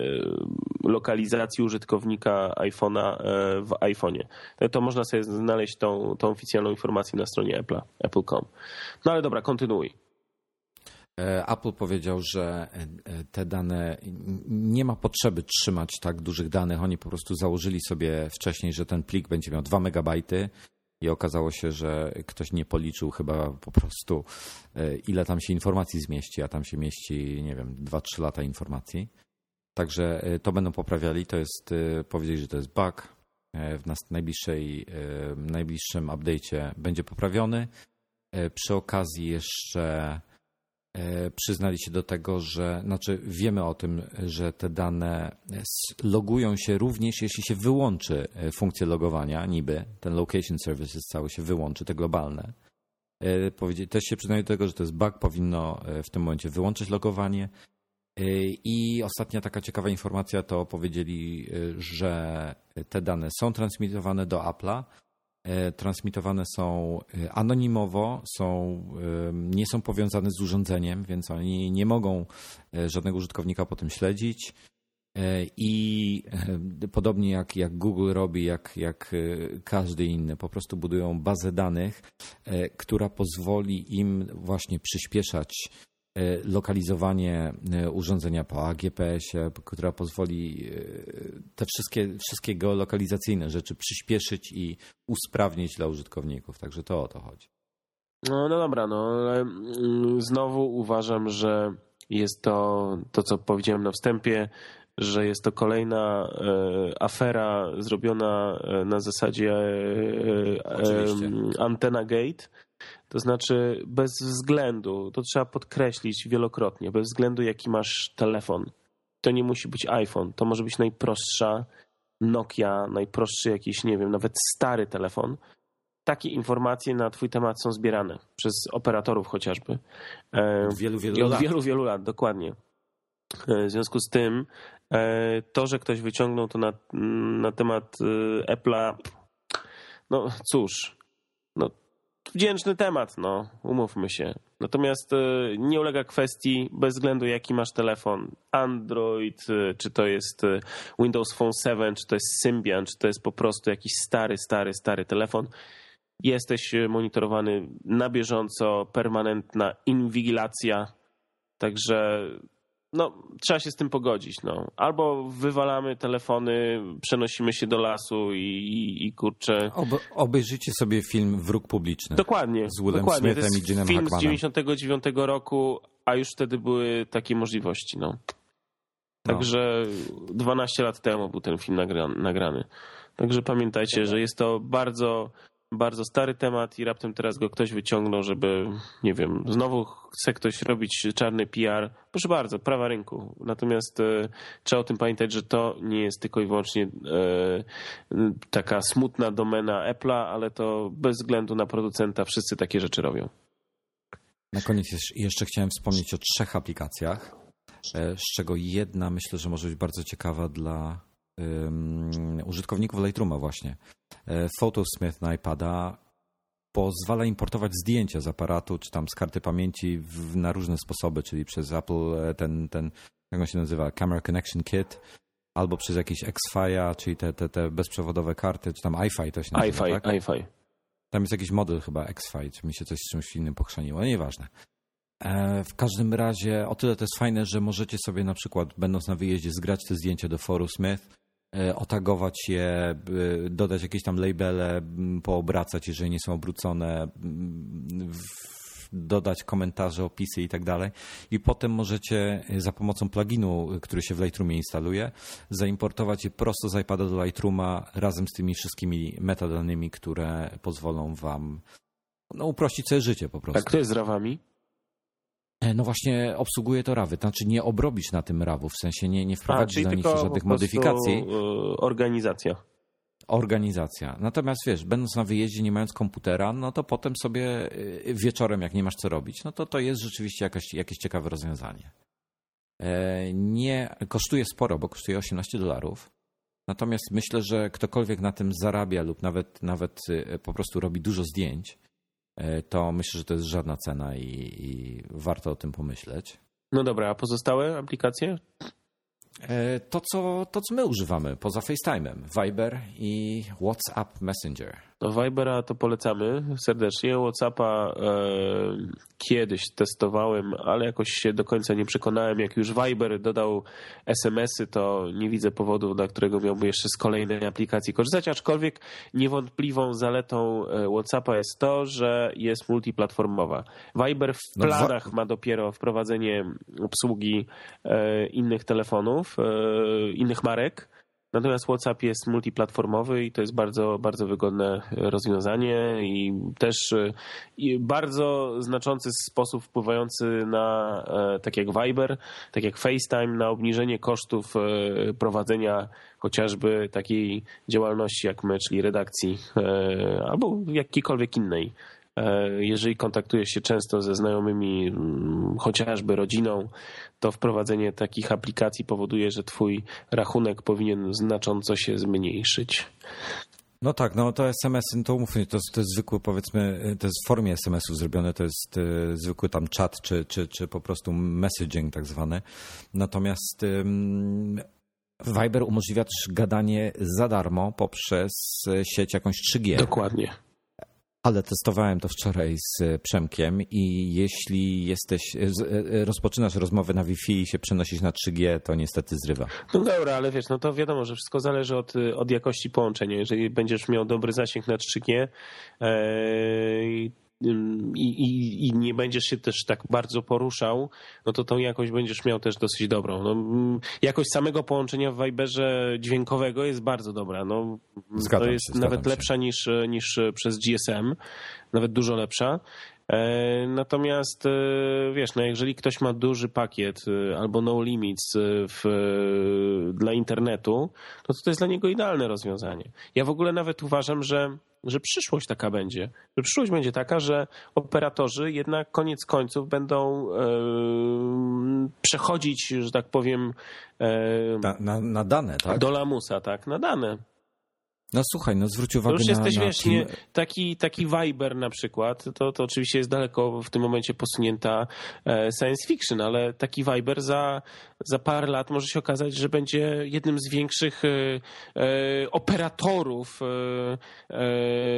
lokalizacji użytkownika iPhone'a w iPhone'ie. To można sobie znaleźć tą, tą oficjalną informację na stronie Apple'a, apple kropka com. No ale dobra, kontynuuj. Apple powiedział, że te dane, nie ma potrzeby trzymać tak dużych danych. Oni po prostu założyli sobie wcześniej, że ten plik będzie miał dwa megabajty. I okazało się, że ktoś nie policzył chyba po prostu, ile tam się informacji zmieści, a tam się mieści, nie wiem, dwa trzy lata informacji. Także to będą poprawiali. To jest, powiedzieli, że to jest bug. W nas najbliższej, najbliższym update'cie będzie poprawiony. Przy okazji jeszcze przyznali się do tego, że, znaczy wiemy o tym, że te dane logują się również, jeśli się wyłączy funkcję logowania, niby ten location services cały się wyłączy, te globalne. Też się przyznają do tego, że to jest bug, powinno w tym momencie wyłączyć logowanie. I ostatnia taka ciekawa informacja to powiedzieli, że te dane są transmitowane do Apple'a. Transmitowane są anonimowo, są, nie są powiązane z urządzeniem, więc oni nie mogą żadnego użytkownika po tym śledzić. I podobnie jak, jak Google robi, jak, jak każdy inny, po prostu budują bazę danych, która pozwoli im właśnie przyspieszać lokalizowanie urządzenia po A G P S-ie, która pozwoli te wszystkie, wszystkie geolokalizacyjne rzeczy przyspieszyć i usprawnić dla użytkowników. Także to o to chodzi. No, no dobra, no ale znowu uważam, że jest to to, co powiedziałem na wstępie, że jest to kolejna afera zrobiona na zasadzie Antenna Gate. To znaczy bez względu, to trzeba podkreślić wielokrotnie, bez względu jaki masz telefon. To nie musi być iPhone, to może być najprostsza Nokia, najprostszy jakiś, nie wiem, nawet stary telefon. Takie informacje na twój temat są zbierane przez operatorów chociażby. Od wielu, wielu I od lat. wielu, wielu lat, dokładnie. W związku z tym to, że ktoś wyciągnął to na, na temat Apple'a, no cóż, no wdzięczny temat, no, umówmy się. Natomiast nie ulega kwestii, bez względu jaki masz telefon, Android, czy to jest Windows Phone siedem, czy to jest Symbian, czy to jest po prostu jakiś stary, stary, stary telefon, jesteś monitorowany na bieżąco, permanentna inwigilacja, także no, trzeba się z tym pogodzić. No. Albo wywalamy telefony, przenosimy się do lasu i, i, i kurczę... Ob, obejrzyjcie sobie film Wróg Publiczny. Dokładnie. Z Willem dokładnie. Smithem i Ginem film Hackmanem. z dziewięćdziesiątego dziewiątego roku, a już wtedy były takie możliwości. No. Także no. dwanaście lat temu był ten film nagrany. Także pamiętajcie, że jest to bardzo... bardzo stary temat i raptem teraz go ktoś wyciągnął, żeby, nie wiem, znowu chce ktoś robić czarny P R. Proszę bardzo, prawa rynku. Natomiast e, trzeba o tym pamiętać, że to nie jest tylko i wyłącznie e, taka smutna domena Apple'a, ale to bez względu na producenta wszyscy takie rzeczy robią. Na koniec jeszcze chciałem wspomnieć o trzech aplikacjach, z czego jedna myślę, że może być bardzo ciekawa dla um, użytkowników Lightrooma właśnie. Photosmith na iPada pozwala importować zdjęcia z aparatu, czy tam z karty pamięci w, na różne sposoby, czyli przez Apple ten, ten, jak on się nazywa, Camera Connection Kit, albo przez jakieś X-Fi, czyli te, te, te bezprzewodowe karty, czy tam iFi to się nazywa, iFi, tak? iFi. Tam jest jakiś model chyba X-Fi, czy mi się coś z czymś innym pochrzaniło, ale nieważne. W każdym razie o tyle to jest fajne, że możecie sobie na przykład, będąc na wyjeździe, zgrać te zdjęcia do Photosmith, otagować je, dodać jakieś tam labele, poobracać, jeżeli nie są obrócone, dodać komentarze, opisy i tak dalej. I potem możecie za pomocą pluginu, który się w Lightroomie instaluje, zaimportować je prosto z iPada do Lightrooma razem z tymi wszystkimi metadanymi, które pozwolą wam no, uprościć sobie życie po prostu. A kto jest z rawami? No właśnie obsługuje to rawy, to znaczy nie obrobić na tym rawu, w sensie nie, nie wprowadzić A, do nich żadnych modyfikacji. Organizacja. organizacja. Natomiast wiesz, będąc na wyjeździe, nie mając komputera, no to potem sobie wieczorem, jak nie masz co robić, no to to jest rzeczywiście jakaś, jakieś ciekawe rozwiązanie. Nie kosztuje sporo, bo kosztuje osiemnaście dolarów. Natomiast myślę, że ktokolwiek na tym zarabia lub nawet, nawet po prostu robi dużo zdjęć, to myślę, że to jest żadna cena i, i warto o tym pomyśleć. No dobra, a pozostałe aplikacje? To co, to, co my używamy poza FaceTime'em, Viber i WhatsApp Messenger. No Vibera to polecamy serdecznie. WhatsAppa e, kiedyś testowałem, ale jakoś się do końca nie przekonałem. Jak już Viber dodał es em esy, to nie widzę powodu, dla którego miałby jeszcze z kolejnej aplikacji korzystać. Aczkolwiek niewątpliwą zaletą WhatsAppa jest to, że jest multiplatformowa. Viber w No, planach wa- ma dopiero wprowadzenie obsługi e, innych telefonów, e, innych marek. Natomiast WhatsApp jest multiplatformowy i to jest bardzo, bardzo wygodne rozwiązanie i też i bardzo znaczący sposób wpływający na, tak jak Viber, tak jak FaceTime, na obniżenie kosztów prowadzenia chociażby takiej działalności jak my, czyli redakcji albo jakiejkolwiek innej. Jeżeli kontaktujesz się często ze znajomymi, chociażby rodziną, to wprowadzenie takich aplikacji powoduje, że twój rachunek powinien znacząco się zmniejszyć. No tak, no to es em esy, to umówmy, to, to jest zwykły, powiedzmy, to jest w formie es em esów zrobione, to jest e, zwykły tam czat, czy, czy, czy po prostu messaging tak zwany. Natomiast ym, Viber umożliwia też gadanie za darmo poprzez sieć jakąś trzy G. Dokładnie. Ale testowałem to wczoraj z Przemkiem i jeśli jesteś, rozpoczynasz rozmowę na Wi-Fi i się przenosisz na trzy G, to niestety zrywa. No dobra, ale wiesz, no to wiadomo, że wszystko zależy od, od jakości połączenia. Jeżeli będziesz miał dobry zasięg na trzy G e, i, i, i nie będziesz się też tak bardzo poruszał, no to tą jakość będziesz miał też dosyć dobrą. No, jakość samego połączenia w Viberze dźwiękowego jest bardzo dobra. No, Zgadzam to jest się, nawet zgadzam lepsza niż, niż przez G S M, nawet dużo lepsza. Natomiast wiesz, no jeżeli ktoś ma duży pakiet albo no limits w, dla internetu, to to jest dla niego idealne rozwiązanie. Ja w ogóle nawet uważam, że że przyszłość taka będzie. Że przyszłość będzie taka, że operatorzy jednak koniec końców będą e, przechodzić, że tak powiem, e, Na, na, na dane, tak? do lamusa, tak, na dane. No słuchaj, no zwróć uwagę To już na, jesteś, na wiesz, team... nie, taki, taki Viber na przykład, to, to oczywiście jest daleko w tym momencie posunięta science fiction, ale taki Viber za, za parę lat może się okazać, że będzie jednym z większych e, e, operatorów e, e,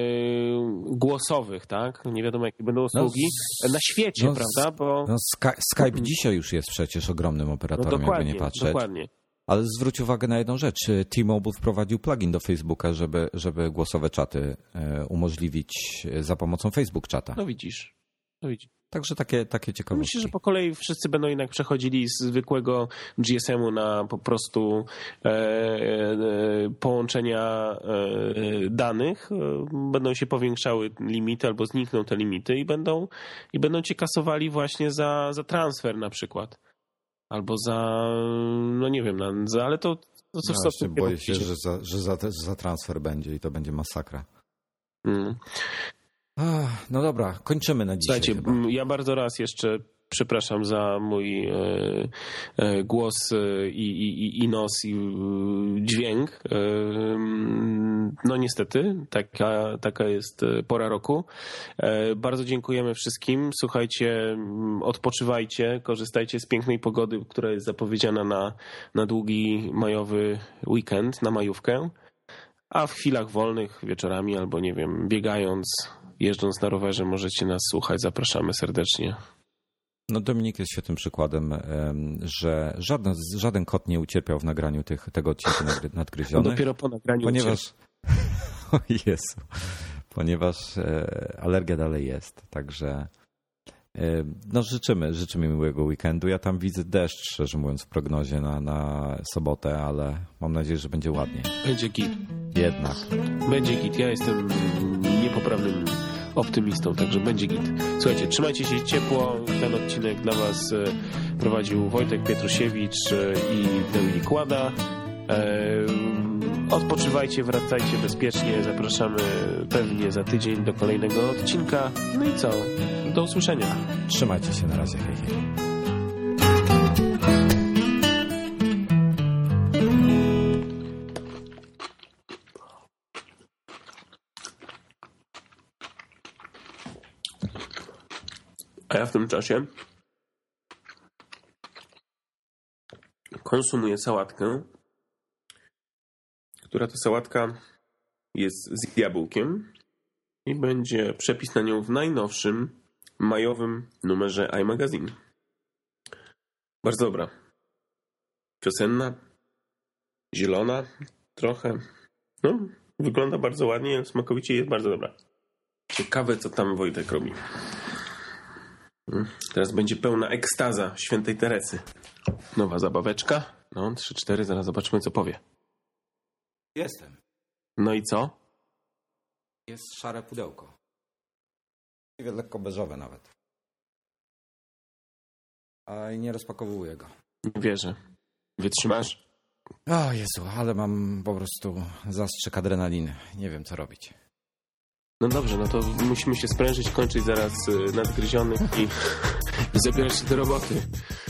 głosowych, tak? Nie wiadomo, jakie będą usługi No, na świecie, no, prawda? Bo No Sky, Skype dzisiaj już jest przecież ogromnym no, operatorem, jakby dokładnie, nie patrzeć. dokładnie. Ale zwróć uwagę na jedną rzecz. T-Mobile wprowadził plugin do Facebooka, żeby, żeby głosowe czaty umożliwić za pomocą Facebook czata. No widzisz, no widzisz. Także takie, takie ciekawostki. Myślę, że po kolei wszyscy będą jednak przechodzili z zwykłego G S M-u na po prostu e, e, połączenia e, danych. Będą się powiększały limity albo znikną te limity i będą, i będą cię kasowali właśnie za, za transfer na przykład. Albo za, no nie wiem, za, ale to, to coś No, stopniu. boję się, że za, że, za, że za transfer będzie i to będzie masakra. Mm. Ach, no dobra, kończymy na dzisiaj. Słuchajcie, chyba. ja bardzo raz jeszcze przepraszam za mój e, e, głos e, i, i, i nos i e, dźwięk. E, no niestety, taka, taka jest pora roku. E, bardzo dziękujemy wszystkim. Słuchajcie, odpoczywajcie, korzystajcie z pięknej pogody, która jest zapowiedziana na, na długi majowy weekend, na majówkę. A w chwilach wolnych, wieczorami albo nie wiem, biegając, jeżdżąc na rowerze możecie nas słuchać. Zapraszamy serdecznie. No Dominik jest świetnym przykładem, że żaden, żaden kot nie ucierpiał w nagraniu tych, tego odcinka nadgryzionych. No dopiero po nagraniu ponieważ, o Jezu, ponieważ alergia dalej jest, także no życzymy, życzymy miłego weekendu. Ja tam widzę deszcz, szczerze mówiąc, w prognozie na, na sobotę, ale mam nadzieję, że będzie ładnie. Będzie git. Jednak. Będzie git. Ja jestem niepoprawnym optymistą, także będzie git. Słuchajcie, trzymajcie się ciepło. Ten odcinek dla was prowadził Wojtek Pietrusiewicz i Dominik Łada. Odpoczywajcie, wracajcie bezpiecznie. Zapraszamy pewnie za tydzień do kolejnego odcinka. No i co? Do usłyszenia. Trzymajcie się, na razie. Hej, hej. A ja w tym czasie konsumuję sałatkę, która to sałatka jest z jabłkiem i będzie przepis na nią w najnowszym majowym numerze iMagazine. Bardzo dobra. Wiosenna, zielona trochę. No, wygląda bardzo ładnie, smakowicie jest bardzo dobra. Ciekawe, co tam Wojtek robi. Teraz będzie pełna ekstaza świętej Teresy. Nowa zabaweczka. No, trzy cztery, zaraz zobaczymy, co powie. Jestem. No i co? Jest szare pudełko. Lekko beżowe nawet. A i nie rozpakowuję go. Nie wierzę. Wytrzymasz? O Jezu, ale mam po prostu zastrzyk adrenaliny. Nie wiem, co robić. No dobrze, no to musimy się sprężyć, kończyć zaraz nadgryzionych i zabierać się do roboty.